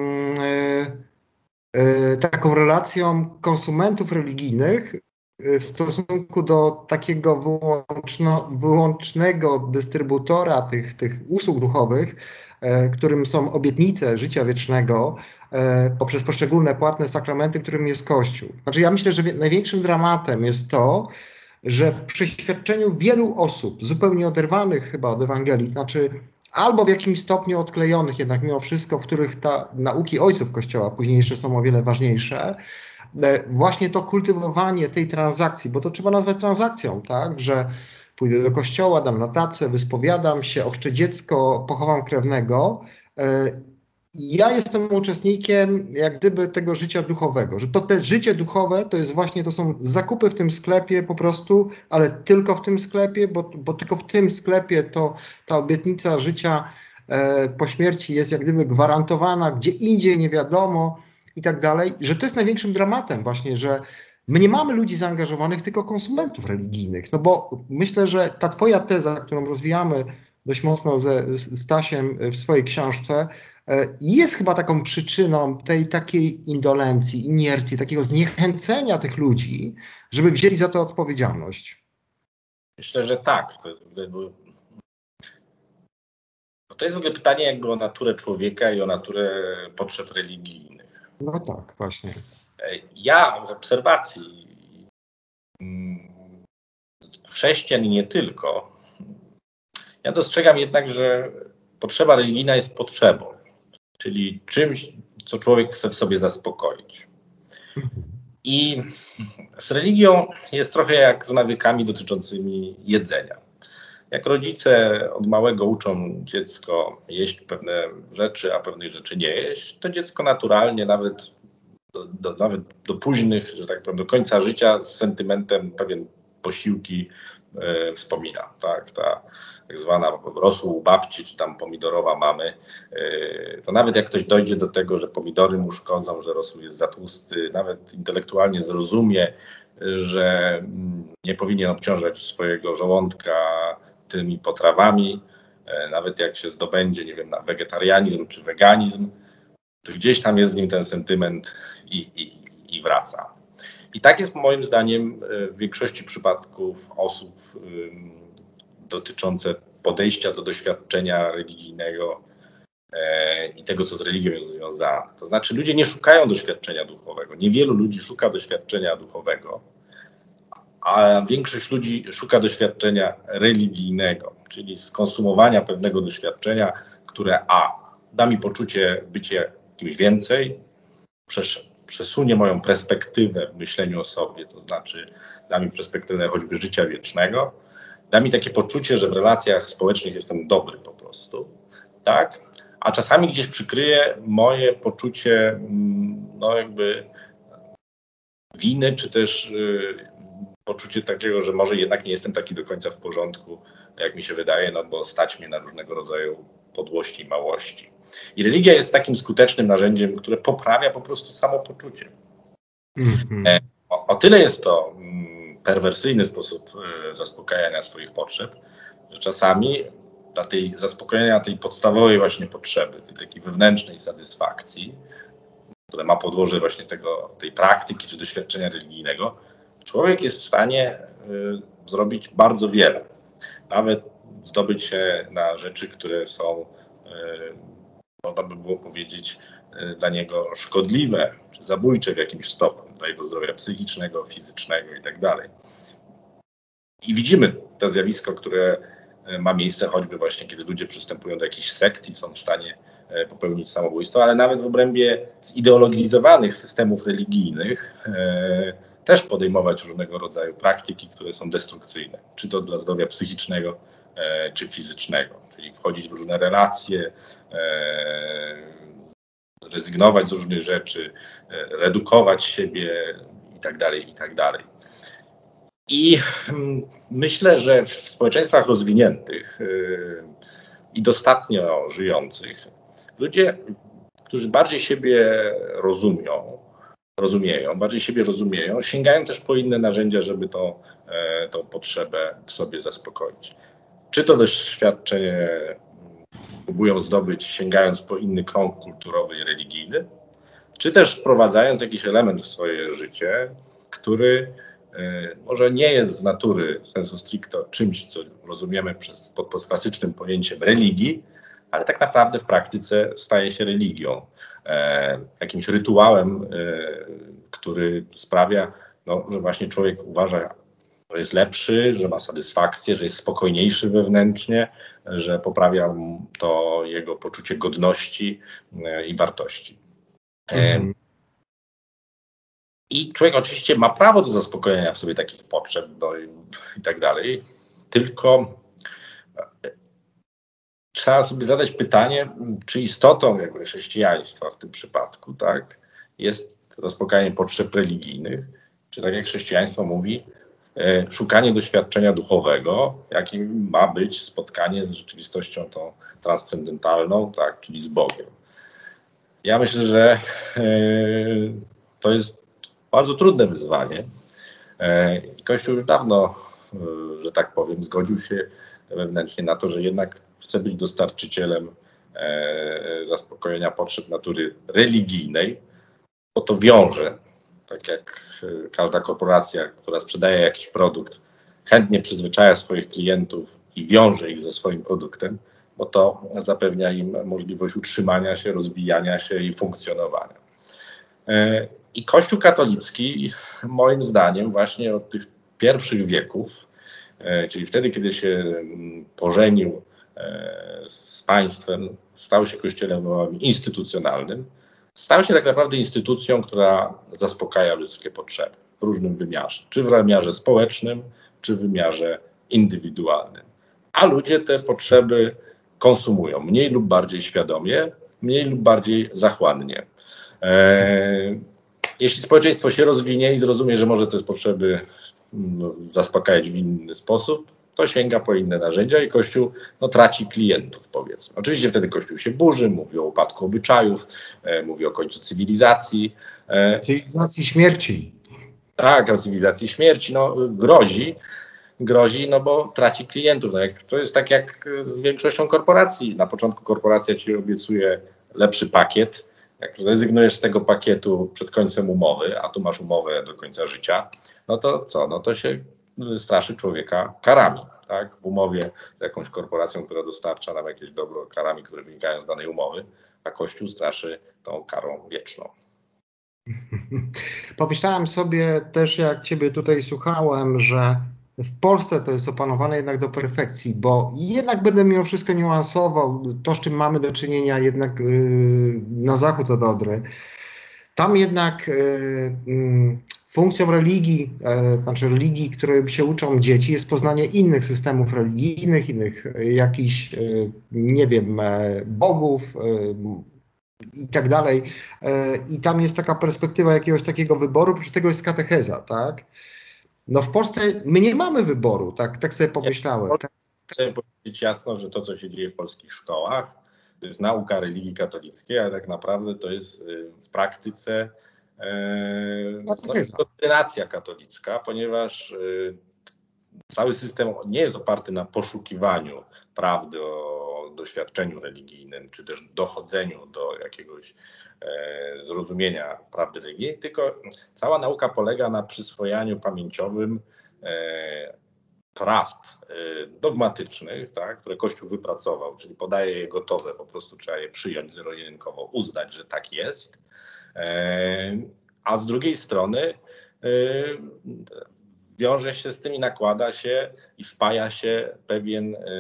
Speaker 2: taką relacją konsumentów religijnych w stosunku do takiego wyłączno, wyłącznego dystrybutora tych, tych usług duchowych, którym są obietnice życia wiecznego, poprzez poszczególne płatne sakramenty, którym jest Kościół. Znaczy ja myślę, że największym dramatem jest to, że w przeświadczeniu wielu osób, zupełnie oderwanych chyba od Ewangelii, znaczy albo w jakimś stopniu odklejonych jednak mimo wszystko, w których ta nauki ojców Kościoła późniejsze są o wiele ważniejsze, właśnie to kultywowanie tej transakcji, bo to trzeba nazwać transakcją, tak, że pójdę do kościoła, dam na tacę, wyspowiadam się, ochrzczę dziecko, pochowam krewnego. Ja jestem uczestnikiem jak gdyby tego życia duchowego, że to te życie duchowe to jest właśnie, to są zakupy w tym sklepie po prostu, ale tylko w tym sklepie, bo, bo tylko w tym sklepie to ta obietnica życia e, po śmierci jest jak gdyby gwarantowana, gdzie indziej nie wiadomo i tak dalej, że to jest największym dramatem właśnie, że my nie mamy ludzi zaangażowanych, tylko konsumentów religijnych, no bo myślę, że ta twoja teza, którą rozwijamy dość mocno ze Stasiem w swojej książce, jest chyba taką przyczyną tej takiej indolencji, inercji, takiego zniechęcenia tych ludzi, żeby wzięli za to odpowiedzialność.
Speaker 3: Myślę, że tak. To jest, to jest w ogóle pytanie jakby o naturę człowieka i o naturę potrzeb religijnych.
Speaker 2: No tak, właśnie.
Speaker 3: Ja z obserwacji chrześcijan i nie tylko, ja dostrzegam jednak, że potrzeba religijna jest potrzebą, czyli czymś, co człowiek chce w sobie zaspokoić. I z religią jest trochę jak z nawykami dotyczącymi jedzenia. Jak rodzice od małego uczą dziecko jeść pewne rzeczy, a pewnych rzeczy nie jeść, to dziecko naturalnie nawet do, do, nawet do późnych, że tak powiem, do końca życia z sentymentem pewien posiłki e, wspomina. Tak? Ta tak zwana rosół u babci, czy tam pomidorowa mamy, to nawet jak ktoś dojdzie do tego, że pomidory mu szkodzą, że rosół jest za tłusty, nawet intelektualnie zrozumie, że nie powinien obciążać swojego żołądka tymi potrawami, nawet jak się zdobędzie, nie wiem, na wegetarianizm czy weganizm, to gdzieś tam jest w nim ten sentyment i, i, i wraca. I tak jest moim zdaniem w większości przypadków osób dotyczące podejścia do doświadczenia religijnego i tego, co z religią jest związane. To znaczy ludzie nie szukają doświadczenia duchowego. Niewielu ludzi szuka doświadczenia duchowego, a większość ludzi szuka doświadczenia religijnego, czyli skonsumowania pewnego doświadczenia, które a, da mi poczucie bycia kimś więcej, przesunie moją perspektywę w myśleniu o sobie, to znaczy da mi perspektywę choćby życia wiecznego, da mi takie poczucie, że w relacjach społecznych jestem dobry po prostu, tak? A czasami gdzieś przykryje moje poczucie, no jakby winy, czy też yy, poczucie takiego, że może jednak nie jestem taki do końca w porządku, jak mi się wydaje, no bo stać mnie na różnego rodzaju podłości i małości. I religia jest takim skutecznym narzędziem, które poprawia po prostu samopoczucie. Mm-hmm. O, o tyle jest to mm, perwersyjny sposób y, zaspokajania swoich potrzeb, że czasami dla tej zaspokojenia tej podstawowej właśnie potrzeby, tej takiej wewnętrznej satysfakcji, które ma podłoże właśnie tego, tej praktyki czy doświadczenia religijnego, człowiek jest w stanie y, zrobić bardzo wiele. Nawet zdobyć się na rzeczy, które są, y, można by było powiedzieć, y, dla niego szkodliwe czy zabójcze w jakimś stopniu, dla jego zdrowia psychicznego, fizycznego i tak dalej. I widzimy to zjawisko, które ma miejsce choćby właśnie, kiedy ludzie przystępują do jakichś sekt i są w stanie popełnić samobójstwo, ale nawet w obrębie zideologizowanych systemów religijnych e, też podejmować różnego rodzaju praktyki, które są destrukcyjne, czy to dla zdrowia psychicznego, e, czy fizycznego, czyli wchodzić w różne relacje, e, rezygnować z różnych rzeczy, e, redukować siebie i tak dalej, i tak dalej. I myślę, że w społeczeństwach rozwiniętych yy, i dostatnio żyjących ludzie, którzy bardziej siebie rozumią, rozumieją, bardziej siebie rozumieją, sięgają też po inne narzędzia, żeby to, yy, tą potrzebę w sobie zaspokoić. Czy to doświadczenie próbują zdobyć sięgając po inny krąg kulturowy i religijny, czy też wprowadzając jakiś element w swoje życie, który może nie jest z natury sensu stricto czymś, co rozumiemy przez, pod, pod klasycznym pojęciem religii, ale tak naprawdę w praktyce staje się religią. E, jakimś rytuałem, e, który sprawia, no, że właśnie człowiek uważa, że jest lepszy, że ma satysfakcję, że jest spokojniejszy wewnętrznie, że poprawia to jego poczucie godności e, i wartości. E, mm. I człowiek oczywiście ma prawo do zaspokojenia w sobie takich potrzeb no i, i tak dalej, tylko trzeba sobie zadać pytanie, czy istotą jakby chrześcijaństwa w tym przypadku, tak, jest zaspokajanie potrzeb religijnych, czy tak jak chrześcijaństwo mówi, e, szukanie doświadczenia duchowego, jakim ma być spotkanie z rzeczywistością tą transcendentalną, tak, czyli z Bogiem. Ja myślę, że e, to jest bardzo trudne wyzwanie. I Kościół już dawno, że tak powiem, zgodził się wewnętrznie na to, że jednak chce być dostarczycielem zaspokojenia potrzeb natury religijnej, bo to wiąże, tak jak każda korporacja, która sprzedaje jakiś produkt, chętnie przyzwyczaja swoich klientów i wiąże ich ze swoim produktem, bo to zapewnia im możliwość utrzymania się, rozwijania się i funkcjonowania. I Kościół katolicki, moim zdaniem, właśnie od tych pierwszych wieków, czyli wtedy, kiedy się pożenił z państwem, stał się kościołem instytucjonalnym, stał się tak naprawdę instytucją, która zaspokaja ludzkie potrzeby w różnym wymiarze, czy w wymiarze społecznym, czy w wymiarze indywidualnym. A ludzie te potrzeby konsumują mniej lub bardziej świadomie, mniej lub bardziej zachłannie. Jeśli społeczeństwo się rozwinie i zrozumie, że może te potrzeby no, zaspokajać w inny sposób, to sięga po inne narzędzia i Kościół no, traci klientów, powiedzmy. Oczywiście wtedy Kościół się burzy, mówi o upadku obyczajów, e, mówi o końcu cywilizacji. E,
Speaker 2: Cywilizacji śmierci.
Speaker 3: tak, o cywilizacji śmierci, no grozi, grozi, no bo traci klientów. No, jak, to jest tak jak z większością korporacji. Na początku korporacja ci obiecuje lepszy pakiet. Jak zrezygnujesz z tego pakietu przed końcem umowy, a tu masz umowę do końca życia, no to co? No to się straszy człowieka karami. Tak? W umowie z jakąś korporacją, która dostarcza nam jakieś dobro, karami, które wynikają z danej umowy, a Kościół straszy tą karą wieczną.
Speaker 2: Pomyślałem sobie też, jak ciebie tutaj słuchałem, że w Polsce to jest opanowane jednak do perfekcji, bo jednak będę mimo wszystko niuansował to, z czym mamy do czynienia jednak yy, na zachód od Odry. Tam jednak yy, yy, funkcją religii, yy, znaczy religii, której się uczą dzieci, jest poznanie innych systemów religijnych, innych yy, jakichś, yy, nie wiem, yy, bogów, yy, i tak dalej. I tam jest taka perspektywa jakiegoś takiego wyboru, przy tego jest katecheza, tak? No w Polsce my nie mamy wyboru, tak, tak sobie pomyślałem.
Speaker 3: Ja chcę powiedzieć jasno, że to, co się dzieje w polskich szkołach, to jest nauka religii katolickiej, ale tak naprawdę to jest w praktyce e, no, doktrynacja katolicka, ponieważ e, cały system nie jest oparty na poszukiwaniu prawdy o doświadczeniu religijnym, czy też dochodzeniu do jakiegoś e, zrozumienia prawdy religijnej, tylko cała nauka polega na przyswojaniu pamięciowym e, prawd e, dogmatycznych, tak, które Kościół wypracował, czyli podaje je gotowe, po prostu trzeba je przyjąć zero-jedynkowo, uznać, że tak jest, e, a z drugiej strony e, wiąże się z tym i nakłada się i wpaja się pewien e,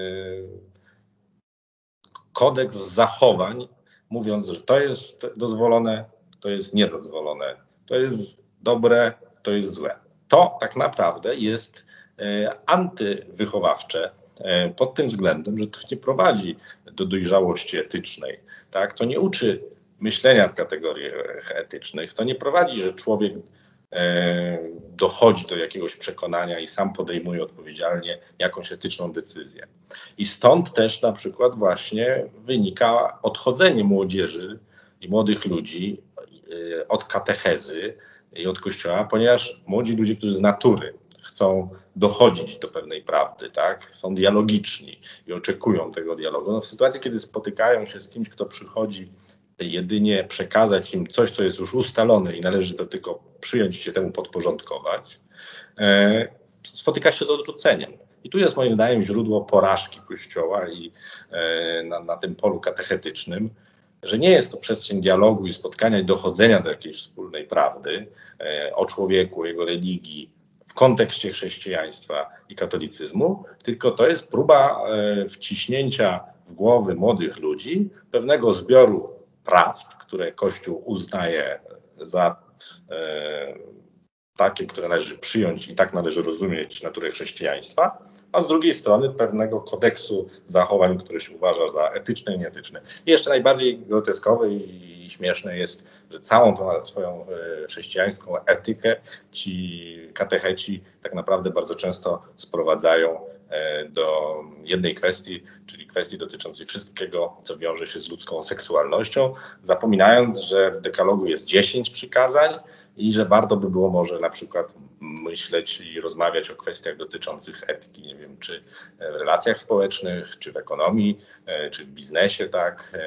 Speaker 3: kodeks zachowań, mówiąc, że to jest dozwolone, to jest niedozwolone, to jest dobre, to jest złe. To tak naprawdę jest e, antywychowawcze e, pod tym względem, że to nie prowadzi do dojrzałości etycznej. Tak? To nie uczy myślenia w kategoriach etycznych, to nie prowadzi, że człowiek e, dochodzi do jakiegoś przekonania i sam podejmuje odpowiedzialnie jakąś etyczną decyzję. I stąd też na przykład właśnie wynika odchodzenie młodzieży i młodych ludzi e, od katechezy i od Kościoła, ponieważ młodzi ludzie, którzy z natury chcą dochodzić do pewnej prawdy, tak, są dialogiczni i oczekują tego dialogu. No w sytuacji, kiedy spotykają się z kimś, kto przychodzi jedynie przekazać im coś, co jest już ustalone i należy to tylko przyjąć i się temu podporządkować, e, spotyka się z odrzuceniem. I tu jest moim zdaniem źródło porażki Kościoła i e, na, na tym polu katechetycznym, że nie jest to przestrzeń dialogu i spotkania i dochodzenia do jakiejś wspólnej prawdy e, o człowieku, o jego religii w kontekście chrześcijaństwa i katolicyzmu, tylko to jest próba e, wciśnięcia w głowy młodych ludzi pewnego zbioru prawd, które Kościół uznaje za e, takie, które należy przyjąć i tak należy rozumieć naturę chrześcijaństwa, a z drugiej strony pewnego kodeksu zachowań, które się uważa za etyczne i nieetyczne. I jeszcze najbardziej groteskowe i śmieszne jest, że całą tą swoją e, chrześcijańską etykę ci katecheci tak naprawdę bardzo często sprowadzają do jednej kwestii, czyli kwestii dotyczącej wszystkiego, co wiąże się z ludzką seksualnością, zapominając, że w dekalogu jest dziesięć przykazań i że warto by było może na przykład myśleć i rozmawiać o kwestiach dotyczących etyki, nie wiem, czy w relacjach społecznych, czy w ekonomii, czy w biznesie, tak.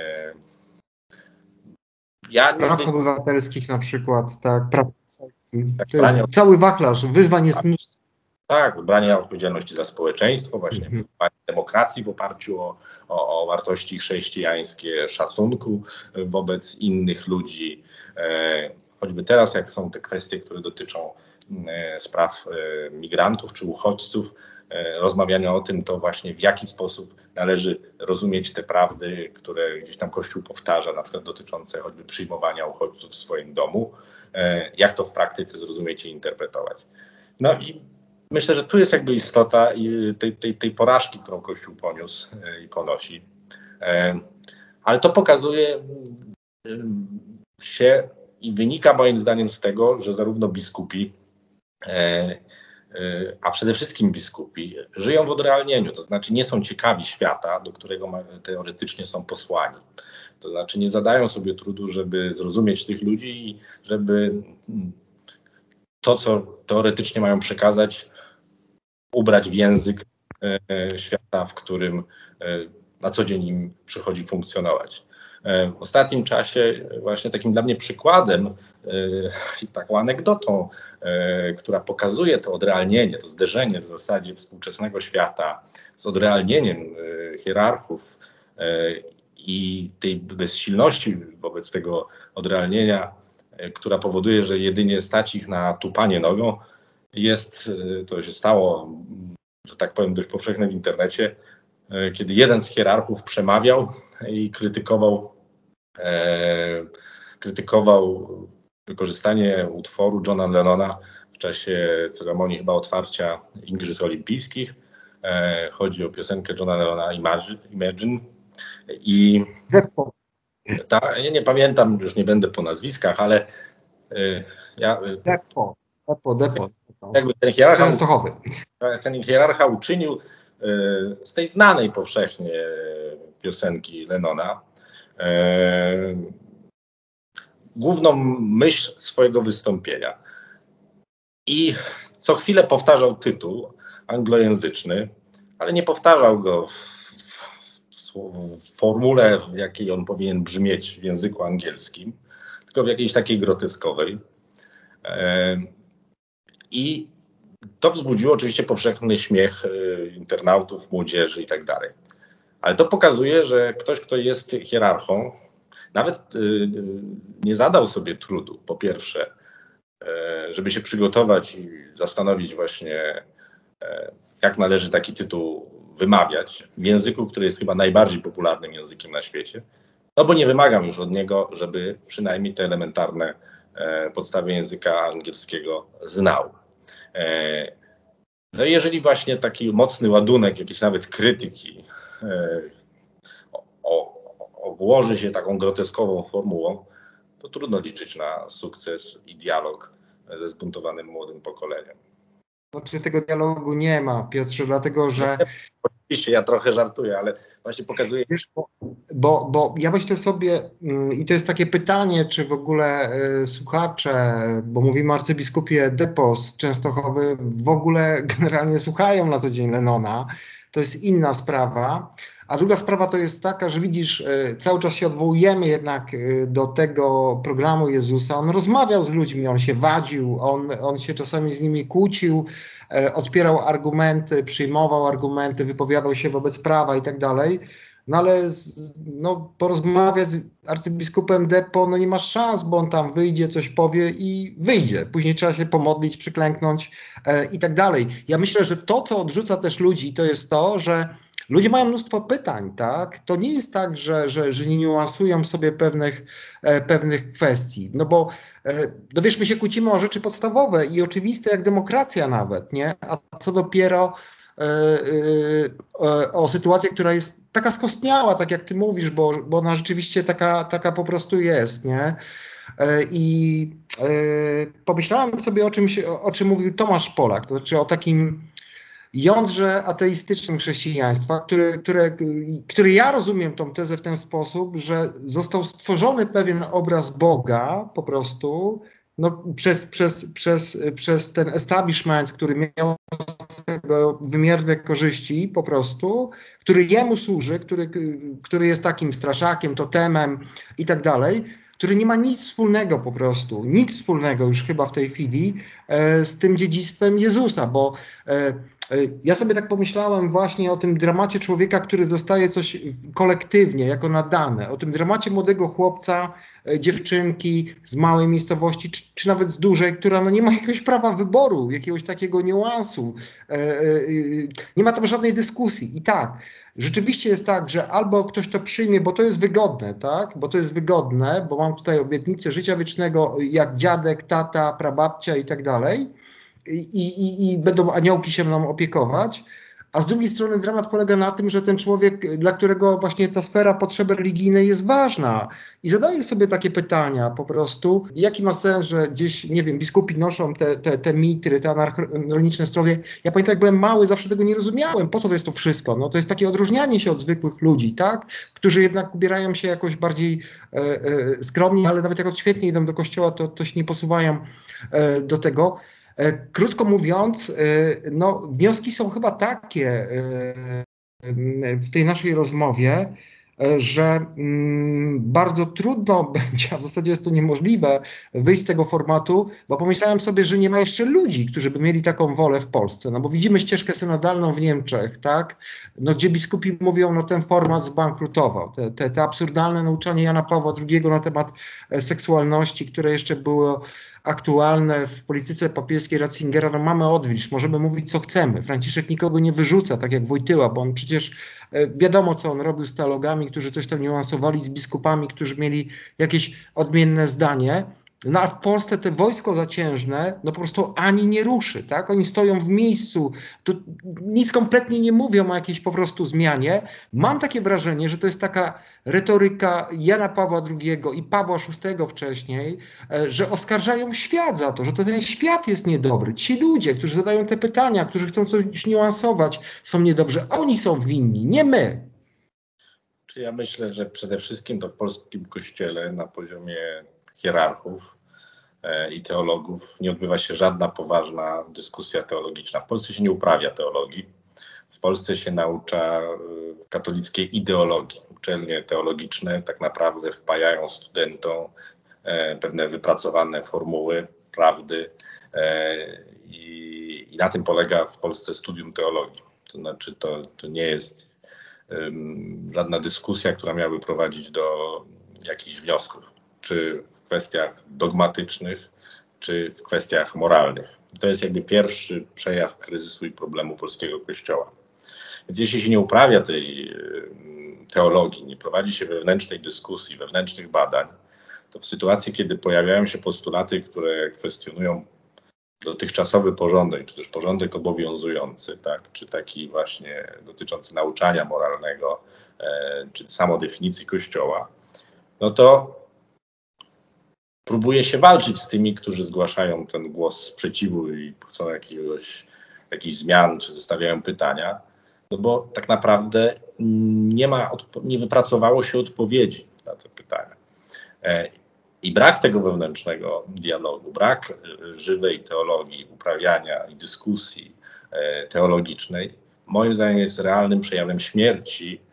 Speaker 2: Ja praw nigdy... obywatelskich na przykład, tak, praw
Speaker 3: tak,
Speaker 2: to jest cały wachlarz, wyzwań jest mnóstwo.
Speaker 3: Tak, branie odpowiedzialności za społeczeństwo, właśnie mm-hmm. demokracji w oparciu o, o, o wartości chrześcijańskie, szacunku wobec innych ludzi. E, choćby teraz, jak są te kwestie, które dotyczą e, spraw e, migrantów czy uchodźców, e, rozmawiania o tym, to właśnie w jaki sposób należy rozumieć te prawdy, które gdzieś tam Kościół powtarza, na przykład dotyczące choćby przyjmowania uchodźców w swoim domu, e, jak to w praktyce zrozumieć i interpretować. No i myślę, że tu jest jakby istota tej, tej, tej porażki, którą Kościół poniósł i ponosi. Ale to pokazuje się i wynika moim zdaniem z tego, że zarówno biskupi, a przede wszystkim biskupi, żyją w odrealnieniu, to znaczy nie są ciekawi świata, do którego teoretycznie są posłani. To znaczy nie zadają sobie trudu, żeby zrozumieć tych ludzi i żeby to, co teoretycznie mają przekazać, ubrać w język świata, w którym na co dzień im przychodzi funkcjonować. W ostatnim czasie właśnie takim dla mnie przykładem i taką anegdotą, która pokazuje to odrealnienie, to zderzenie w zasadzie współczesnego świata z odrealnieniem hierarchów i tej bezsilności wobec tego odrealnienia, która powoduje, że jedynie stać ich na tupanie nogą, jest, to się stało, że tak powiem, dość powszechne w internecie, kiedy jeden z hierarchów przemawiał i krytykował, e, krytykował wykorzystanie utworu Johna Lennona w czasie ceremonii chyba otwarcia Igrzysk Olimpijskich. E, chodzi o piosenkę Johna Lennona Imagine. I ta, ja nie pamiętam, już nie będę po nazwiskach, ale e, ja...
Speaker 2: Depo, depo, depo.
Speaker 3: Jakby ten hierarcha,
Speaker 2: Częstochowy.
Speaker 3: ten hierarcha uczynił z tej znanej powszechnie piosenki Lennona główną myśl swojego wystąpienia. I co chwilę powtarzał tytuł anglojęzyczny, ale nie powtarzał go w, w, w formule, w jakiej on powinien brzmieć w języku angielskim, tylko w jakiejś takiej groteskowej. I to wzbudziło oczywiście powszechny śmiech y, internautów, młodzieży i tak dalej. Ale to pokazuje, że ktoś, kto jest hierarchą, nawet y, y, nie zadał sobie trudu, po pierwsze, y, żeby się przygotować i zastanowić właśnie, y, jak należy taki tytuł wymawiać w języku, który jest chyba najbardziej popularnym językiem na świecie. No bo nie wymagam już od niego, żeby przynajmniej te elementarne y, podstawy języka angielskiego znał. No i jeżeli właśnie taki mocny ładunek, jakiejś nawet krytyki o, o, obłoży się taką groteskową formułą, to trudno liczyć na sukces i dialog ze zbuntowanym młodym pokoleniem.
Speaker 2: Znaczy tego dialogu nie ma, Piotrze, dlatego że...
Speaker 3: Oczywiście, ja trochę żartuję, ale właśnie pokazuję...
Speaker 2: Wiesz, bo, bo, bo ja myślę sobie, i to jest takie pytanie, czy w ogóle y, słuchacze, bo mówimy o arcybiskupie Depo z Częstochowy, w ogóle generalnie słuchają na co dzień Lennona. To jest inna sprawa. A druga sprawa to jest taka, że widzisz, y, cały czas się odwołujemy jednak y, do tego programu Jezusa. On rozmawiał z ludźmi, on się wadził, on, on się czasami z nimi kłócił, y, odpierał argumenty, przyjmował argumenty, wypowiadał się wobec prawa i tak dalej. No ale z, no, porozmawiać z arcybiskupem Depo, no nie masz szans, bo on tam wyjdzie, coś powie i wyjdzie. Później trzeba się pomodlić, przyklęknąć e, i tak dalej. Ja myślę, że to, co odrzuca też ludzi, to jest to, że ludzie mają mnóstwo pytań, tak? To nie jest tak, że, że, że nie niuansują sobie pewnych, e, pewnych kwestii. No bo e, no wiesz, my się kłócimy o rzeczy podstawowe i oczywiste jak demokracja nawet, nie? A co dopiero o sytuację, która jest taka skostniała, tak jak ty mówisz, bo, bo ona rzeczywiście taka, taka po prostu jest, nie? I pomyślałem sobie o czymś, o czym mówił Tomasz Polak, to znaczy o takim jądrze ateistycznym chrześcijaństwa, który, które, który ja rozumiem tą tezę w ten sposób, że został stworzony pewien obraz Boga po prostu, no, przez, przez, przez, przez ten establishment, który miał z tego wymierne korzyści po prostu, który jemu służy, który, który jest takim straszakiem, totemem i tak dalej, który nie ma nic wspólnego po prostu, nic wspólnego już chyba w tej chwili e, z tym dziedzictwem Jezusa, bo e, e, ja sobie tak pomyślałem właśnie o tym dramacie człowieka, który dostaje coś kolektywnie, jako nadane, o tym dramacie młodego chłopca, e, dziewczynki z małej miejscowości, czy, czy nawet z dużej, która no, nie ma jakiegoś prawa wyboru, jakiegoś takiego niuansu, e, e, nie ma tam żadnej dyskusji. I tak, rzeczywiście jest tak, że albo ktoś to przyjmie, bo to jest wygodne, tak? Bo to jest wygodne, bo mam tutaj obietnicę życia wiecznego, jak dziadek, tata, prababcia i tak dalej. I, i, i będą aniołki się mną opiekować. a z drugiej strony dramat polega na tym, że ten człowiek, dla którego właśnie ta sfera potrzeby religijnej jest ważna i zadaje sobie takie pytania po prostu, jaki ma sens, że gdzieś, nie wiem, biskupi noszą te, te, te mitry, te anachroniczne stroje. Ja pamiętam, jak byłem mały, zawsze tego nie rozumiałem, po co to jest to wszystko. No to jest takie odróżnianie się od zwykłych ludzi, tak, którzy jednak ubierają się jakoś bardziej e, e, skromnie, ale nawet jak odświetnie idą do kościoła, to, to się nie posuwają e, do tego. Krótko mówiąc, no, wnioski są chyba takie w tej naszej rozmowie, że bardzo trudno będzie, a w zasadzie jest to niemożliwe, wyjść z tego formatu, bo pomyślałem sobie, że nie ma jeszcze ludzi, którzy by mieli taką wolę w Polsce. No bo widzimy ścieżkę synodalną w Niemczech, tak? No, gdzie biskupi mówią, no ten format zbankrutował. Te, te, te absurdalne nauczanie Jana Pawła drugiego na temat seksualności, które jeszcze było aktualne w polityce papieskiej Ratzingera, no mamy odwilż, możemy mówić co chcemy. Franciszek nikogo nie wyrzuca, tak jak Wojtyła, bo on przecież e, wiadomo, co on robił z teologami, którzy coś tam niuansowali, z biskupami, którzy mieli jakieś odmienne zdanie. No a w Polsce te wojsko zaciężne no po prostu ani nie ruszy, tak? Oni stoją w miejscu, tu nic kompletnie nie mówią o jakiejś po prostu zmianie. Mam takie wrażenie, że to jest taka retoryka Jana Pawła drugiego i Pawła szóstego wcześniej, że oskarżają świat za to, że to ten świat jest niedobry. Ci ludzie, którzy zadają te pytania, którzy chcą coś niuansować, są niedobrzy. Oni są winni, nie my.
Speaker 3: Czy ja myślę, że przede wszystkim to w polskim kościele na poziomie hierarchów e, i teologów nie odbywa się żadna poważna dyskusja teologiczna. W Polsce się nie uprawia teologii. W Polsce się naucza e, katolickiej ideologii. Uczelnie teologiczne tak naprawdę wpajają studentom e, pewne wypracowane formuły prawdy e, i, i na tym polega w Polsce studium teologii. To znaczy to, to nie jest um, żadna dyskusja, która miałaby prowadzić do jakichś wniosków, czy w kwestiach dogmatycznych, czy w kwestiach moralnych. To jest jakby pierwszy przejaw kryzysu i problemu polskiego Kościoła. Więc jeśli się nie uprawia tej teologii, nie prowadzi się wewnętrznej dyskusji, wewnętrznych badań, to w sytuacji, kiedy pojawiają się postulaty, które kwestionują dotychczasowy porządek, czy też porządek obowiązujący, tak, czy taki właśnie dotyczący nauczania moralnego, e, czy samodefinicji Kościoła, no to próbuje się walczyć z tymi, którzy zgłaszają ten głos sprzeciwu i chcą jakiegoś, jakichś zmian, czy stawiają pytania, no bo tak naprawdę nie ma, nie wypracowało się odpowiedzi na te pytania. I brak tego wewnętrznego dialogu, brak żywej teologii, uprawiania i dyskusji teologicznej, moim zdaniem jest realnym przejawem śmierci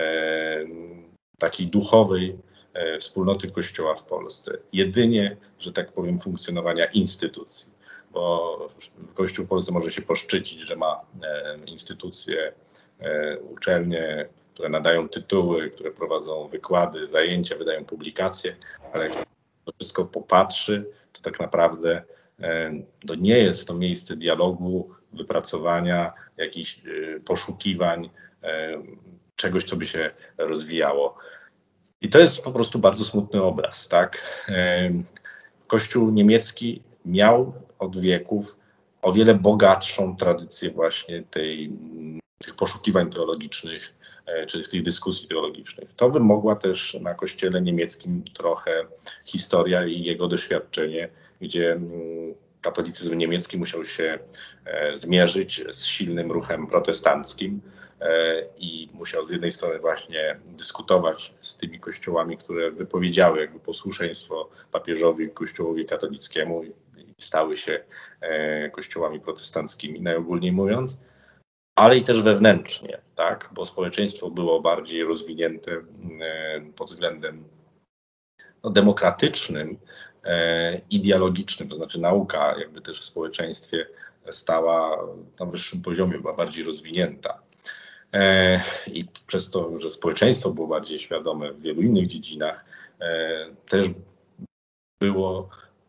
Speaker 3: takiej duchowej wspólnoty Kościoła w Polsce. Jedynie, że tak powiem, funkcjonowania instytucji. Bo Kościół w Polsce może się poszczycić, że ma e, instytucje, e, uczelnie, które nadają tytuły, które prowadzą wykłady, zajęcia, wydają publikacje, ale jak to wszystko popatrzy, to tak naprawdę e, to nie jest to miejsce dialogu, wypracowania, jakichś e, poszukiwań, e, czegoś, co by się rozwijało. I to jest po prostu bardzo smutny obraz, tak? Kościół niemiecki miał od wieków o wiele bogatszą tradycję właśnie tej, tych poszukiwań teologicznych, czy tych dyskusji teologicznych. To wymogła też na Kościele niemieckim trochę historia i jego doświadczenie, gdzie katolicyzm niemiecki musiał się zmierzyć z silnym ruchem protestanckim i musiał z jednej strony właśnie dyskutować z tymi kościołami, które wypowiedziały jakby posłuszeństwo papieżowi, kościołowi katolickiemu i stały się kościołami protestanckimi, najogólniej mówiąc, ale i też wewnętrznie, tak, bo społeczeństwo było bardziej rozwinięte pod względem no, demokratycznym i dialogicznym, to znaczy nauka jakby też w społeczeństwie stała na wyższym poziomie, była bardziej rozwinięta. I przez to, że społeczeństwo było bardziej świadome w wielu innych dziedzinach, też było,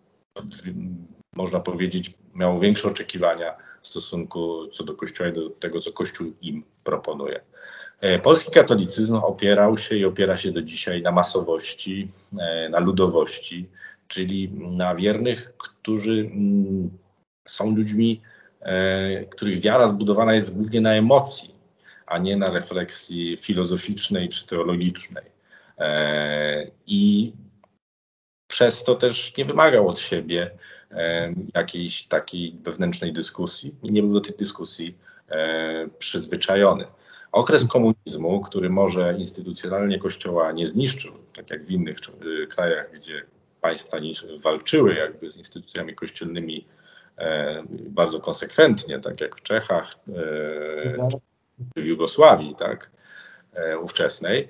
Speaker 3: można powiedzieć, miało większe oczekiwania w stosunku co do Kościoła i do tego, co Kościół im proponuje. Polski katolicyzm opierał się i opiera się do dzisiaj na masowości, na ludowości, czyli na wiernych, którzy są ludźmi których wiara zbudowana jest głównie na emocji, a nie na refleksji filozoficznej czy teologicznej. I przez to też nie wymagał od siebie jakiejś takiej wewnętrznej dyskusji i nie był do tej dyskusji przyzwyczajony. Okres komunizmu, który może instytucjonalnie Kościoła nie zniszczył, tak jak w innych krajach, gdzie państwa walczyły jakby z instytucjami kościelnymi bardzo konsekwentnie, tak jak w Czechach czy w Jugosławii, tak, ówczesnej.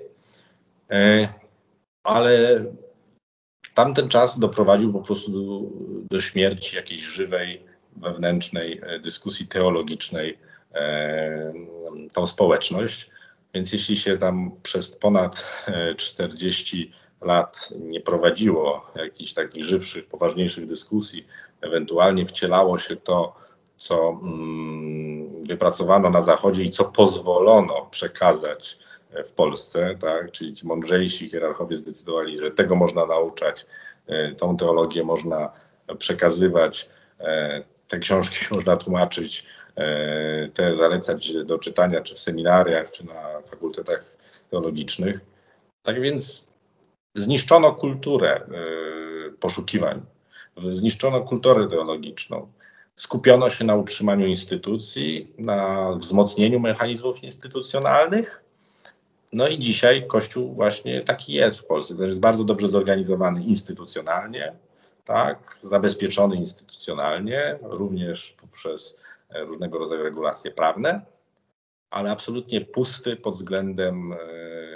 Speaker 3: Ale tamten czas doprowadził po prostu do, do śmierci jakiejś żywej, wewnętrznej dyskusji teologicznej tą społeczność. Więc jeśli się tam przez ponad czterdzieści lat nie prowadziło jakichś takich żywszych, poważniejszych dyskusji, ewentualnie wcielało się to, co mm, wypracowano na Zachodzie i co pozwolono przekazać w Polsce, tak? Czyli ci mądrzejsi hierarchowie zdecydowali, że tego można nauczać, tą teologię można przekazywać, te książki można tłumaczyć, te zalecać do czytania czy w seminariach, czy na fakultetach teologicznych. Tak więc zniszczono kulturę poszukiwań, zniszczono kulturę teologiczną. Skupiono się na utrzymaniu instytucji, na wzmocnieniu mechanizmów instytucjonalnych. No i dzisiaj Kościół właśnie taki jest w Polsce. To jest bardzo dobrze zorganizowany instytucjonalnie, tak, zabezpieczony instytucjonalnie, również poprzez różnego rodzaju regulacje prawne, ale absolutnie pusty pod względem e,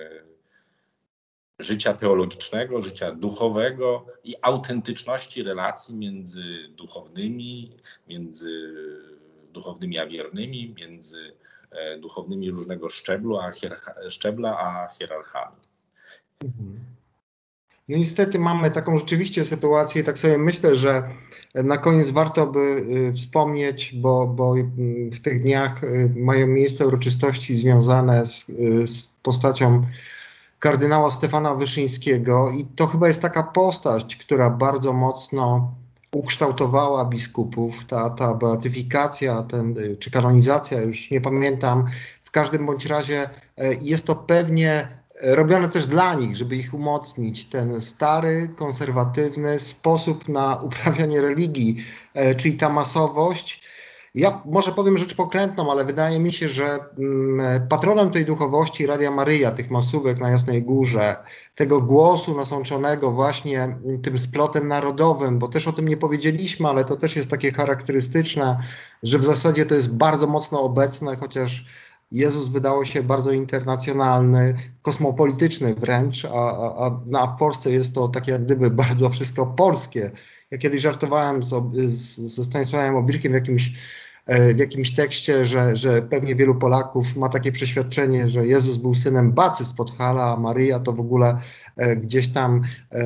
Speaker 3: życia teologicznego, życia duchowego i autentyczności relacji między duchownymi, między duchownymi a wiernymi, między e, duchownymi różnego szczeblu, a hierarcha, szczebla a hierarchami.
Speaker 2: Mhm. No niestety mamy taką rzeczywiście sytuację i tak sobie myślę, że na koniec warto by wspomnieć, bo, bo w tych dniach mają miejsce uroczystości związane z, z postacią kardynała Stefana Wyszyńskiego i to chyba jest taka postać, która bardzo mocno ukształtowała biskupów, ta, ta beatyfikacja ten, czy kanonizacja, już nie pamiętam, w każdym bądź razie jest to pewnie robione też dla nich, żeby ich umocnić, ten stary, konserwatywny sposób na uprawianie religii, czyli ta masowość. Ja może powiem rzecz pokrętną, ale wydaje mi się, że patronem tej duchowości Radia Maryja, tych masówek na Jasnej Górze, tego głosu nasączonego właśnie tym splotem narodowym, bo też o tym nie powiedzieliśmy, ale to też jest takie charakterystyczne, że w zasadzie to jest bardzo mocno obecne, chociaż Jezus wydało się bardzo internacjonalny, kosmopolityczny wręcz, a, a, a w Polsce jest to tak jak gdyby bardzo wszystko polskie. Ja kiedyś żartowałem z, z, ze Stanisławem Obirkiem w jakimś, w jakimś tekście, że, że pewnie wielu Polaków ma takie przeświadczenie, że Jezus był synem Bacy z Podhala, a Maryja to w ogóle gdzieś tam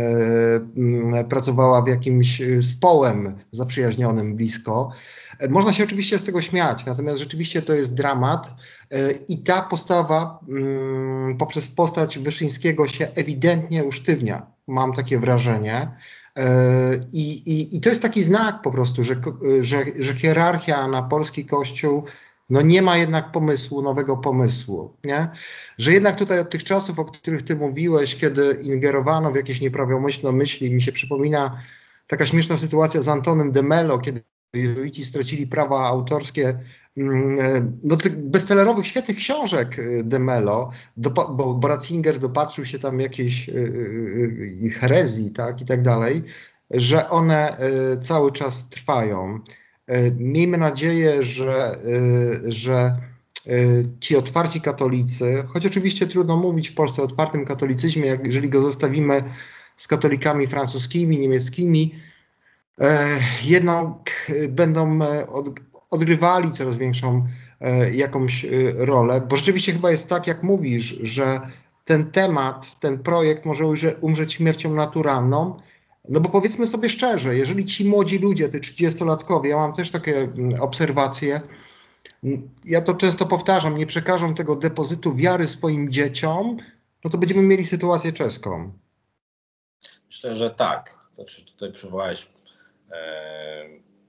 Speaker 2: e, pracowała w jakimś społem zaprzyjaźnionym blisko. Można się oczywiście z tego śmiać, natomiast rzeczywiście to jest dramat i ta postawa poprzez postać Wyszyńskiego się ewidentnie usztywnia, mam takie wrażenie. I, i, i to jest taki znak po prostu, że, że, że hierarchia na polski Kościół no nie ma jednak pomysłu, nowego pomysłu, nie? Że jednak tutaj od tych czasów, o których ty mówiłeś, kiedy ingerowano w jakieś nieprawomyślne myśli, mi się przypomina taka śmieszna sytuacja z Antonem de Mello, kiedy jezuici stracili prawa autorskie do tych bestsellerowych, świetnych książek de Mello, bo, bo Ratzinger dopatrzył się tam jakiejś yy, herezji, tak, i tak dalej, że one yy, cały czas trwają. Yy, miejmy nadzieję, że, yy, że yy, ci otwarci katolicy, choć oczywiście trudno mówić w Polsce o otwartym katolicyzmie, jak, jeżeli go zostawimy z katolikami francuskimi, niemieckimi, yy, jednak będą od, odgrywali coraz większą e, jakąś e, rolę, bo rzeczywiście chyba jest tak, jak mówisz, że ten temat, ten projekt może umrzeć śmiercią naturalną, no bo powiedzmy sobie szczerze, jeżeli ci młodzi ludzie, te trzydziestolatkowie, ja mam też takie m, obserwacje, ja to często powtarzam, nie przekażą tego depozytu wiary swoim dzieciom, no to będziemy mieli sytuację czeską.
Speaker 3: Myślę, że tak. Znaczy tutaj przywołałeś e...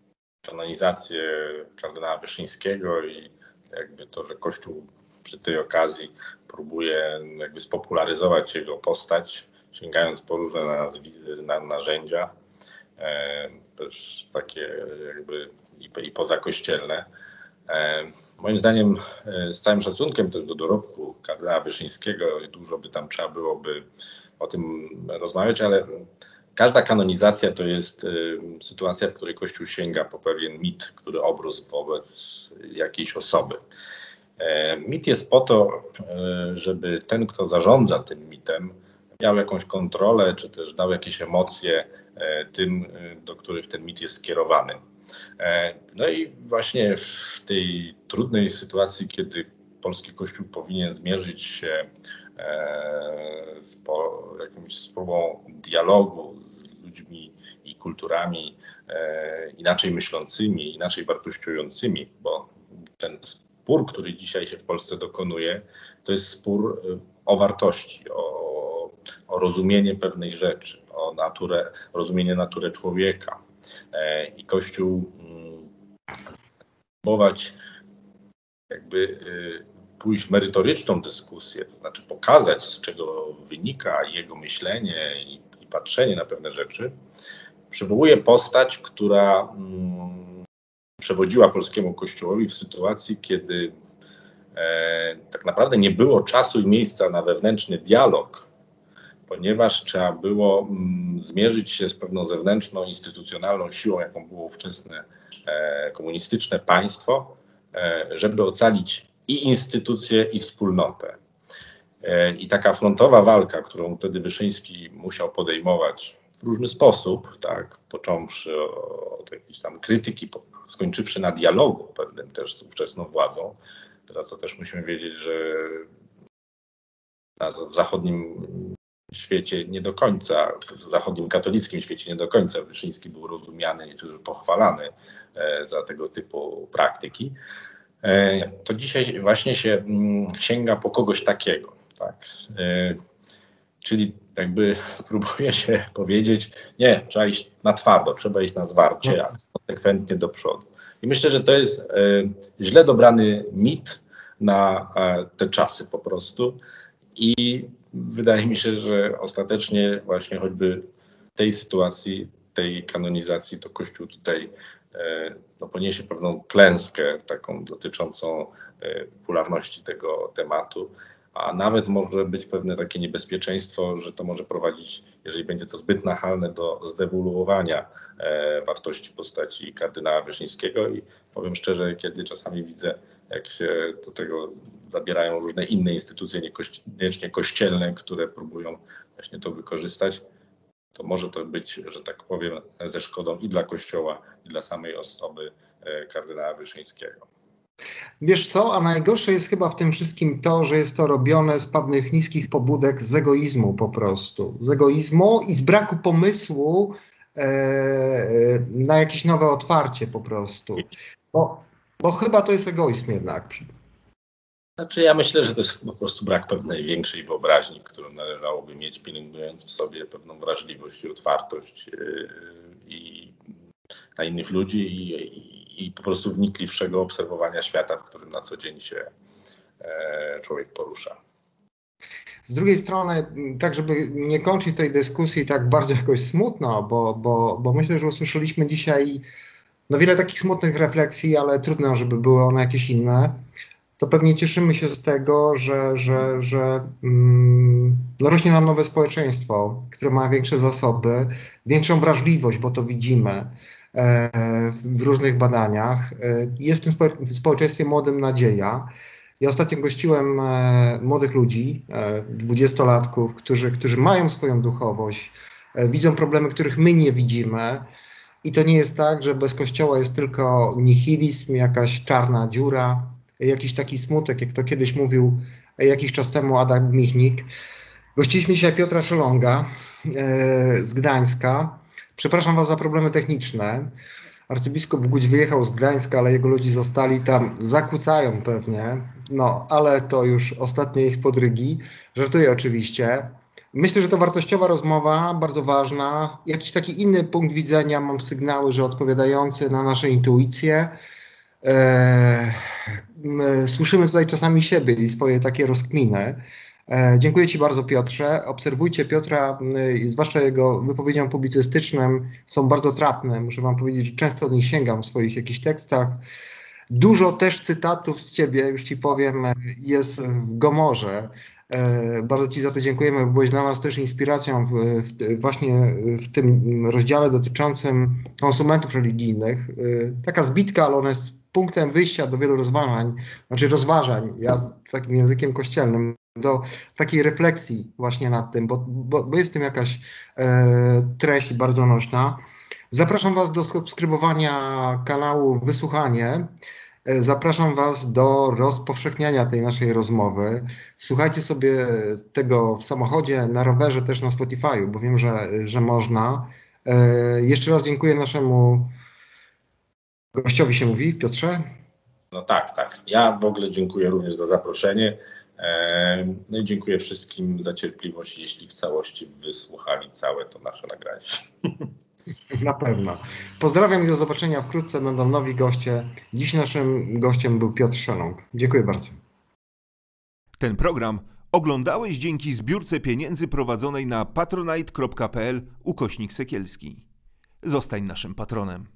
Speaker 3: kanonizację kardynała Wyszyńskiego i jakby to, że Kościół przy tej okazji próbuje jakby spopularyzować jego postać, sięgając po różne nazwy, na, narzędzia, e, też takie jakby i, i pozakościelne. E, moim zdaniem e, z całym szacunkiem też do dorobku kardynała Wyszyńskiego, dużo by tam trzeba byłoby o tym rozmawiać, ale każda kanonizacja to jest y, sytuacja, w której Kościół sięga po pewien mit, który obrósł wobec jakiejś osoby. E, mit jest po to, e, żeby ten, kto zarządza tym mitem, miał jakąś kontrolę, czy też dał jakieś emocje e, tym, e, do których ten mit jest skierowany. E, no i właśnie w tej trudnej sytuacji, kiedy polski Kościół powinien zmierzyć się e, z po, jakąś spróbą dialogu z ludźmi i kulturami e, inaczej myślącymi, inaczej wartościującymi, bo ten spór, który dzisiaj się w Polsce dokonuje, to jest spór o wartości, o, o rozumienie pewnej rzeczy, o naturę, rozumienie natury człowieka. E, I Kościół mm, próbować jakby y, pójść w merytoryczną dyskusję, to znaczy pokazać, z czego wynika jego myślenie i, i patrzenie na pewne rzeczy, przywołuje postać, która mm, przewodziła polskiemu Kościołowi w sytuacji, kiedy e, tak naprawdę nie było czasu i miejsca na wewnętrzny dialog, ponieważ trzeba było mm, zmierzyć się z pewną zewnętrzną, instytucjonalną siłą, jaką było ówczesne e, komunistyczne państwo, e, żeby ocalić i instytucje, i wspólnotę. E, I taka frontowa walka, którą wtedy Wyszyński musiał podejmować w różny sposób, tak, począwszy od jakiejś tam krytyki, skończywszy na dialogu pewnym też z ówczesną władzą. Teraz to też musimy wiedzieć, że na zachodnim świecie nie do końca, w zachodnim katolickim świecie nie do końca Wyszyński był rozumiany i pochwalany za tego typu praktyki. To dzisiaj właśnie się sięga po kogoś takiego, tak? Czyli jakby próbuje się powiedzieć, nie, trzeba iść na twardo, trzeba iść na zwarcie, a konsekwentnie do przodu. I myślę, że to jest źle dobrany mit na te czasy po prostu. I wydaje mi się, że ostatecznie właśnie choćby w tej sytuacji, tej kanonizacji, to Kościół tutaj no, poniesie pewną klęskę taką dotyczącą popularności tego tematu, a nawet może być pewne takie niebezpieczeństwo, że to może prowadzić, jeżeli będzie to zbyt nachalne, do zdewoluowania wartości postaci kardynała Wyszyńskiego. I powiem szczerze, kiedy czasami widzę, jak się do tego zabierają różne inne instytucje, niekoniecznie kościelne, które próbują właśnie to wykorzystać, to może to być, że tak powiem, ze szkodą i dla Kościoła, i dla samej osoby kardynała Wyszyńskiego.
Speaker 2: Wiesz co, a najgorsze jest chyba w tym wszystkim to, że jest to robione z pewnych niskich pobudek, z egoizmu po prostu. Z egoizmu i z braku pomysłu e, na jakieś nowe otwarcie po prostu. Bo, bo chyba to jest egoizm jednak.
Speaker 3: Znaczy ja myślę, że to jest po prostu brak pewnej większej wyobraźni, którą należałoby mieć, pielęgnując w sobie pewną wrażliwość i otwartość yy, i na innych ludzi i, i, i po prostu wnikliwszego obserwowania świata, w którym na co dzień się e, człowiek porusza.
Speaker 2: Z drugiej strony, tak żeby nie kończyć tej dyskusji tak bardzo jakoś smutno, bo, bo, bo myślę, że usłyszeliśmy dzisiaj no wiele takich smutnych refleksji, ale trudno, żeby były one jakieś inne. To pewnie cieszymy się z tego, że, że, że mm, no rośnie nam nowe społeczeństwo, które ma większe zasoby, większą wrażliwość, bo to widzimy e, w różnych badaniach. E, jest w tym spo, w społeczeństwie młodym nadzieja. Ja ostatnio gościłem e, młodych ludzi, e, dwudziestolatków, którzy, którzy mają swoją duchowość, e, widzą problemy, których my nie widzimy. I to nie jest tak, że bez Kościoła jest tylko nihilizm, jakaś czarna dziura, jakiś taki smutek, jak to kiedyś mówił jakiś czas temu Adam Michnik. Gościliśmy dzisiaj Piotra Szelonga e, z Gdańska. Przepraszam was za problemy techniczne. Arcybiskup Guć wyjechał z Gdańska, ale jego ludzi zostali tam, zakłócają pewnie, no ale to już ostatnie ich podrygi. Żartuję oczywiście. Myślę, że to wartościowa rozmowa, bardzo ważna. Jakiś taki inny punkt widzenia, mam sygnały, że odpowiadający na nasze intuicje. Eee, słyszymy tutaj czasami siebie i swoje takie rozkminy. Eee, dziękuję Ci bardzo, Piotrze. Obserwujcie Piotra, yy, zwłaszcza jego wypowiedziom publicystycznym, są bardzo trafne. Muszę Wam powiedzieć, że często od nich sięgam w swoich jakichś tekstach. Dużo też cytatów z Ciebie, już Ci powiem, jest w Gomorze. Bardzo Ci za to dziękujemy, bo byłeś dla nas też inspiracją w, w, właśnie w tym rozdziale dotyczącym konsumentów religijnych. Taka zbitka, ale ona jest punktem wyjścia do wielu rozważań, znaczy rozważań, ja z takim językiem kościelnym, do takiej refleksji właśnie nad tym, bo, bo, bo jest w tym jakaś e, treść bardzo nośna. Zapraszam Was do subskrybowania kanału Wysłuchanie. Zapraszam Was do rozpowszechniania tej naszej rozmowy. Słuchajcie sobie tego w samochodzie, na rowerze, też na Spotify'u, bo wiem, że, że można. E, jeszcze raz dziękuję naszemu gościowi, się mówi, Piotrze.
Speaker 3: No tak, tak. Ja w ogóle dziękuję również za zaproszenie. E, no i dziękuję wszystkim za cierpliwość, jeśli w całości wysłuchali całe to nasze nagranie.
Speaker 2: Na pewno. Pozdrawiam i do zobaczenia wkrótce. Będą nowi goście. Dziś naszym gościem był Piotr Szeląg. Dziękuję bardzo.
Speaker 1: Ten program oglądałeś dzięki zbiórce pieniędzy prowadzonej na patronite kropka pl ukośnik Sekielski. Zostań naszym patronem.